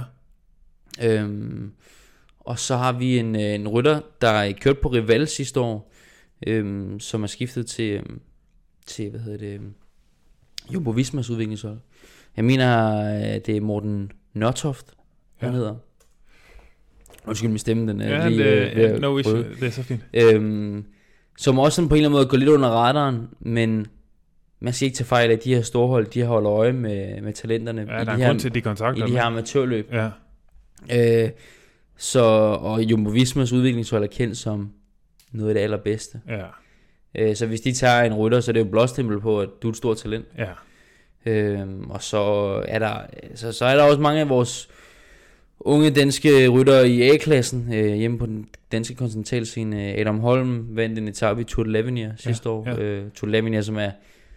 Øhm, og så har vi en, en rytter, der kørte på Rival sidste år, øhm, som er skiftet til, til hvad hedder det, Jumbo Vismas udviklingshold. Jeg mener, det er Morten Nørtoft, han ja. hedder. Undskyld min stemme, den er ja, lige det, ved ja, no issue. Det er så fint. Øhm, som også sådan på en eller anden måde går lidt under radaren, men man skal ikke tage fejl af, de her storhold, de holder øje med, med talenterne. Ja, i der de er her, grund til, de kontakter i de her amatørløb. Ja. Øh, så, og Jumbo Vismas udviklingshold er kendt som noget af det allerbedste. Ja. Øh, så hvis de tager en rytter, så er det jo blåstempel på, at du er et stort talent. Ja. Øh, og så er der så, så er der også mange af vores unge danske ryttere i A-klassen øh, hjemme på den danske kontinentalscene. Adam Holm vandt en etape i Tour de l'Avenir sidste ja, år. Ja. Øh, Tour de l'Avenir, som er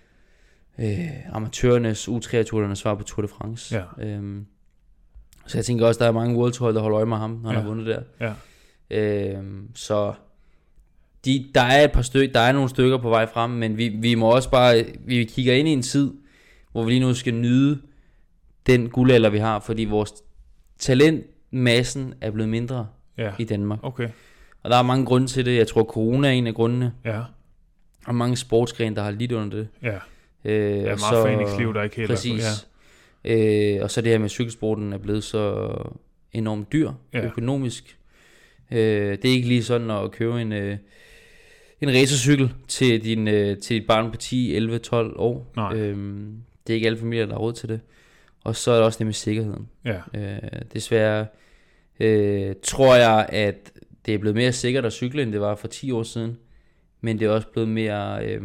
øh, amatørernes U treogtyve-ernes svar på Tour de France. Ja. Øh, så jeg tænker også, der er mange World Tour, der holder øje med ham, når ja. han har vundet der. Ja. Øh, så de, der er et par stykker, der er nogle stykker på vej frem, men vi, vi må også bare, vi kigger ind i en tid, hvor vi lige nu skal nyde den guldalder, vi har, fordi vores talentmassen er blevet mindre ja. i Danmark. Okay. Og der er mange grunde til det. Jeg tror, corona er en af grundene. Ja. Og mange sportsgrene, der har lidt under det. Ja. Øh, ja, meget foreningsliv, der ikke helt præcis. er. Ja. Øh, og så det her med cykelsporten er blevet så enormt dyr, ja. økonomisk. Øh, det er ikke lige sådan at købe en, øh, en racercykel til, din, øh, til dit barn på ti, elleve, tolv år. Øh, det er ikke alle familier, der har råd til det. Og så er der også det med sikkerheden. Ja. Øh, desværre øh, tror jeg, at det er blevet mere sikkert at cykle, end det var for ti år siden. Men det er også blevet mere øh,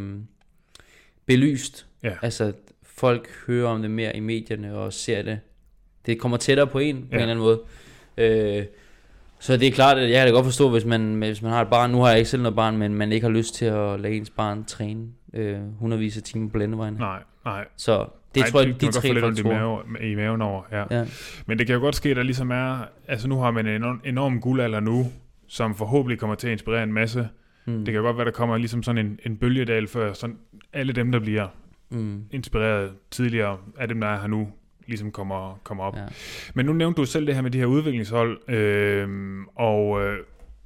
belyst. Ja. Altså, folk hører om det mere i medierne og ser det. Det kommer tættere på en, på ja. en eller anden måde. Øh, så det er klart, at jeg kan da godt forstå, hvis man, hvis man har et barn. Nu har jeg ikke selv noget barn, men man ikke har lyst til at lade ens barn træne øh, hundredvis af timer på landevejene. Nej, nej. Så det Ej, tror jeg, de tre faktorer. I maven over, ja. ja. Men det kan jo godt ske, at der ligesom er, altså nu har man en enorm, enorm guldalder nu, som forhåbentlig kommer til at inspirere en masse. Mm. Det kan godt være, der kommer ligesom sådan en, en bølgedal før, sådan alle dem, der bliver mm. inspireret tidligere af dem, der er her nu, ligesom kommer, kommer op. Ja. Men nu nævnte du selv det her med de her udviklingshold, øh, og øh,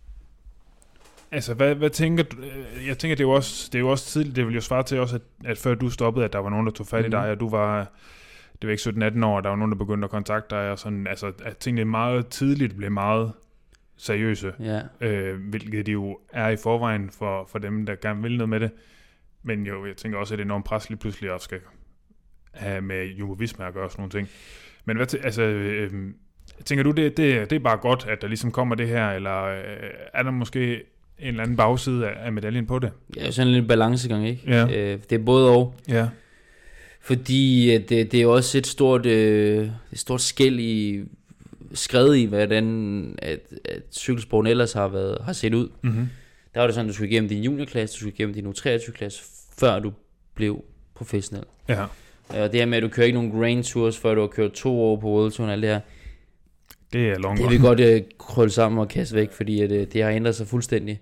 altså, hvad, hvad tænker du? Jeg tænker, det er jo også, det er jo også tidligt, det vil jo svare til også, at, at før du stoppede, at der var nogen, der tog fat i dig, mm. og du var, det var ikke sytten atten år, der var nogen, der begyndte at kontakte dig, og sådan, altså, at tingene meget tidligt blev meget seriøse, ja. øh, hvilket de jo er i forvejen for, for dem, der gerne vil noget med det. Men jo, jeg tænker også, at det er enormt pres lige pludselig også skal have med Jumbo Visma at gøre sådan nogle ting. Men hvad t- altså, øh, tænker du, det, det, det er bare godt, at der ligesom kommer det her, eller øh, er der måske en eller anden bagside af, af medaljen på det? Ja, sådan en lille balancegang, ikke? Ja. Øh, det er både og. Ja. Fordi det, det er også et stort, øh, et stort skel i skrevet i, hvordan at, at cykelsporten ellers har, været, har set ud. Mm-hmm. Der var det sådan, at du skulle igennem din juniorklasse, du skulle igennem din U treogtyve-klasse, før du blev professionel. Ja. Og det her med, at du kører ikke nogen Grand Tours, før du har kørt to år på World Tour og alt det her. Det er long Det vil godt uh, krølle sammen og kaste væk, fordi at, uh, det har ændret sig fuldstændig.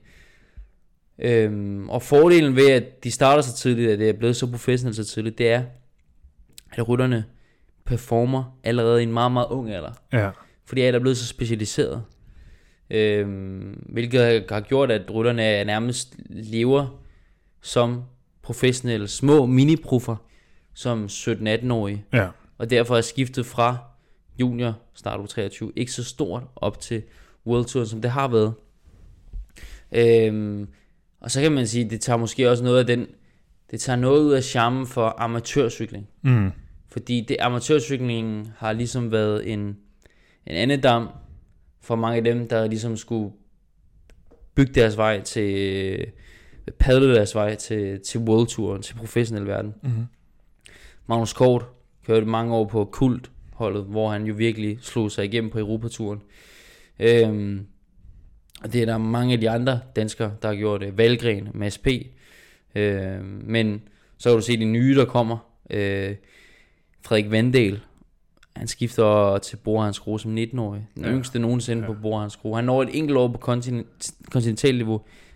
Øhm, og fordelen ved, at de starter så tidligt, at det er blevet så professionelt så tidligt, det er, at rytterne performer allerede i en meget, meget ung alder. Ja. Fordi at der er blevet så specialiseret. Øhm, hvilket har gjort, at rytterne er nærmest lever som professionelle små mini-proffer, som sytten atten-årige. Ja. Og derfor er skiftet fra junior, start U treogtyve, ikke så stort op til World Tour, som det har været. Øhm, og så kan man sige, det tager måske også noget af den, det tager noget ud af charmen for amatørcykling. Mm. Fordi det, amatørcyklingen har ligesom været en, en anden dam for mange af dem, der ligesom skulle bygge deres vej til, padle deres vej til, til World Touren, til professionel verden. Mm-hmm. Magnus Kort kørte mange år på Kult-holdet, hvor han jo virkelig slog sig igennem på Europaturen. Øhm, og det er der mange af de andre danskere, der har gjort det. Valgren, Mads P. Øhm, men så kan du se de nye, der kommer. Øh, Frederik Vandel, han skifter til Bora-Hansgrohe som nitten-årig. Den ja. yngste nogensinde ja. på Bora-Hansgrohe. Han når et enkelt år på kontinent, kontinentalniveau,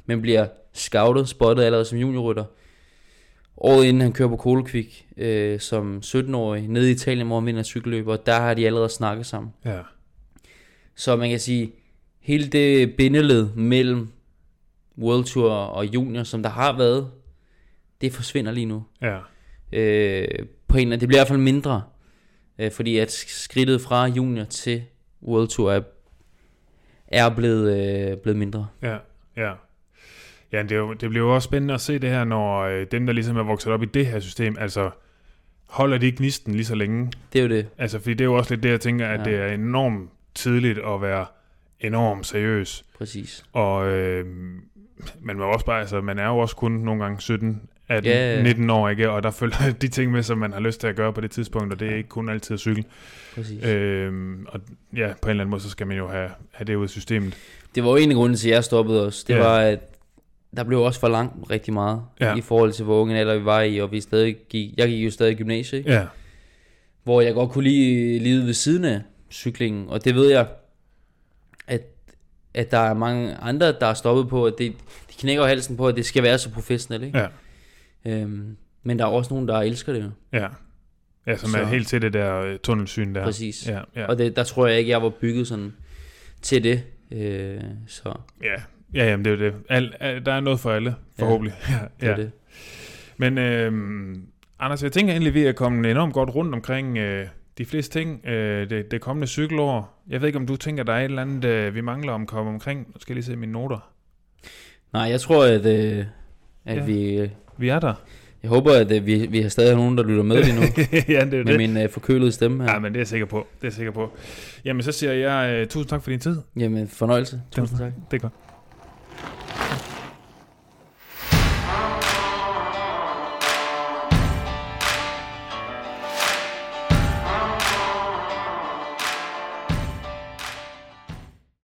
men bliver scoutet, spottet allerede som juniorrytter. Året inden han kører på Kolekvik øh, som sytten-årig nede i Italien, hvor han vinder cykelløb, og der har de allerede snakket sammen. Ja. Så man kan sige, hele det bindeled mellem World Tour og junior, som der har været, det forsvinder lige nu. Ja. Øh, på en, det bliver i hvert fald mindre, øh, fordi at skridtet fra junior til World Tour er, er blevet, øh, blevet mindre. Ja, ja. Ja, det, er jo, det bliver jo også spændende at se det her, når øh, dem, der ligesom er vokset op i det her system, altså holder de gnisten lige så længe? Det er jo det. Altså, fordi det er jo også lidt det, jeg tænker, at ja. det er enormt tidligt at være enormt seriøs. Præcis. Og øh, man må også bare, altså, man er jo også kun nogle gange sytten, atten, ja, ja. nitten år, ikke? Og der følger de ting med, som man har lyst til at gøre på det tidspunkt, og det er ikke kun altid at cykle. Præcis. Øh, og ja, på en eller anden måde, så skal man jo have, have det ud af systemet. Det var jo en af grunden til, at jeg stoppede os. Det ja. var, at der blev også for langt rigtig meget, ja. I forhold til, hvor unge alder vi var i, og vi stadig gik, jeg gik jo stadig i gymnasiet, ikke? Ja. Hvor jeg godt kunne lide livet ved siden af cyklingen, og det ved jeg, at, at der er mange andre, der er stoppet på, at det, de knækker halsen på, at det skal være så professionelt, ikke? Ja. Øhm, men der er også nogen, der elsker det jo. Ja, ja som så. Er helt til det der tunnelsyn der. Præcis, ja, ja. Og det, der tror jeg ikke, jeg var bygget sådan til det, øh, så... Ja. Ja, jamen det er jo det. Al, al, der er noget for alle, forhåbentlig. Ja, det er ja. det. Men øh, Anders, jeg tænker egentlig, vi er kommet enormt godt rundt omkring øh, de fleste ting. Øh, det, det kommende cykelår. Jeg ved ikke, om du tænker, der er et eller andet, øh, vi mangler om at komme omkring. Nu skal jeg lige se mine noter. Nej, jeg tror, at, øh, at ja. vi... Øh, vi er der. Jeg håber, at øh, vi, vi har stadig nogen, der lytter med lige nu. ja, det er med det. min øh, forkølede stemme her. Ja, men det er jeg sikker på. Det er jeg sikker på. Jamen, så siger jeg uh, tusind tak for din tid. Jamen, fornøjelse. Tusind tak. Det er godt.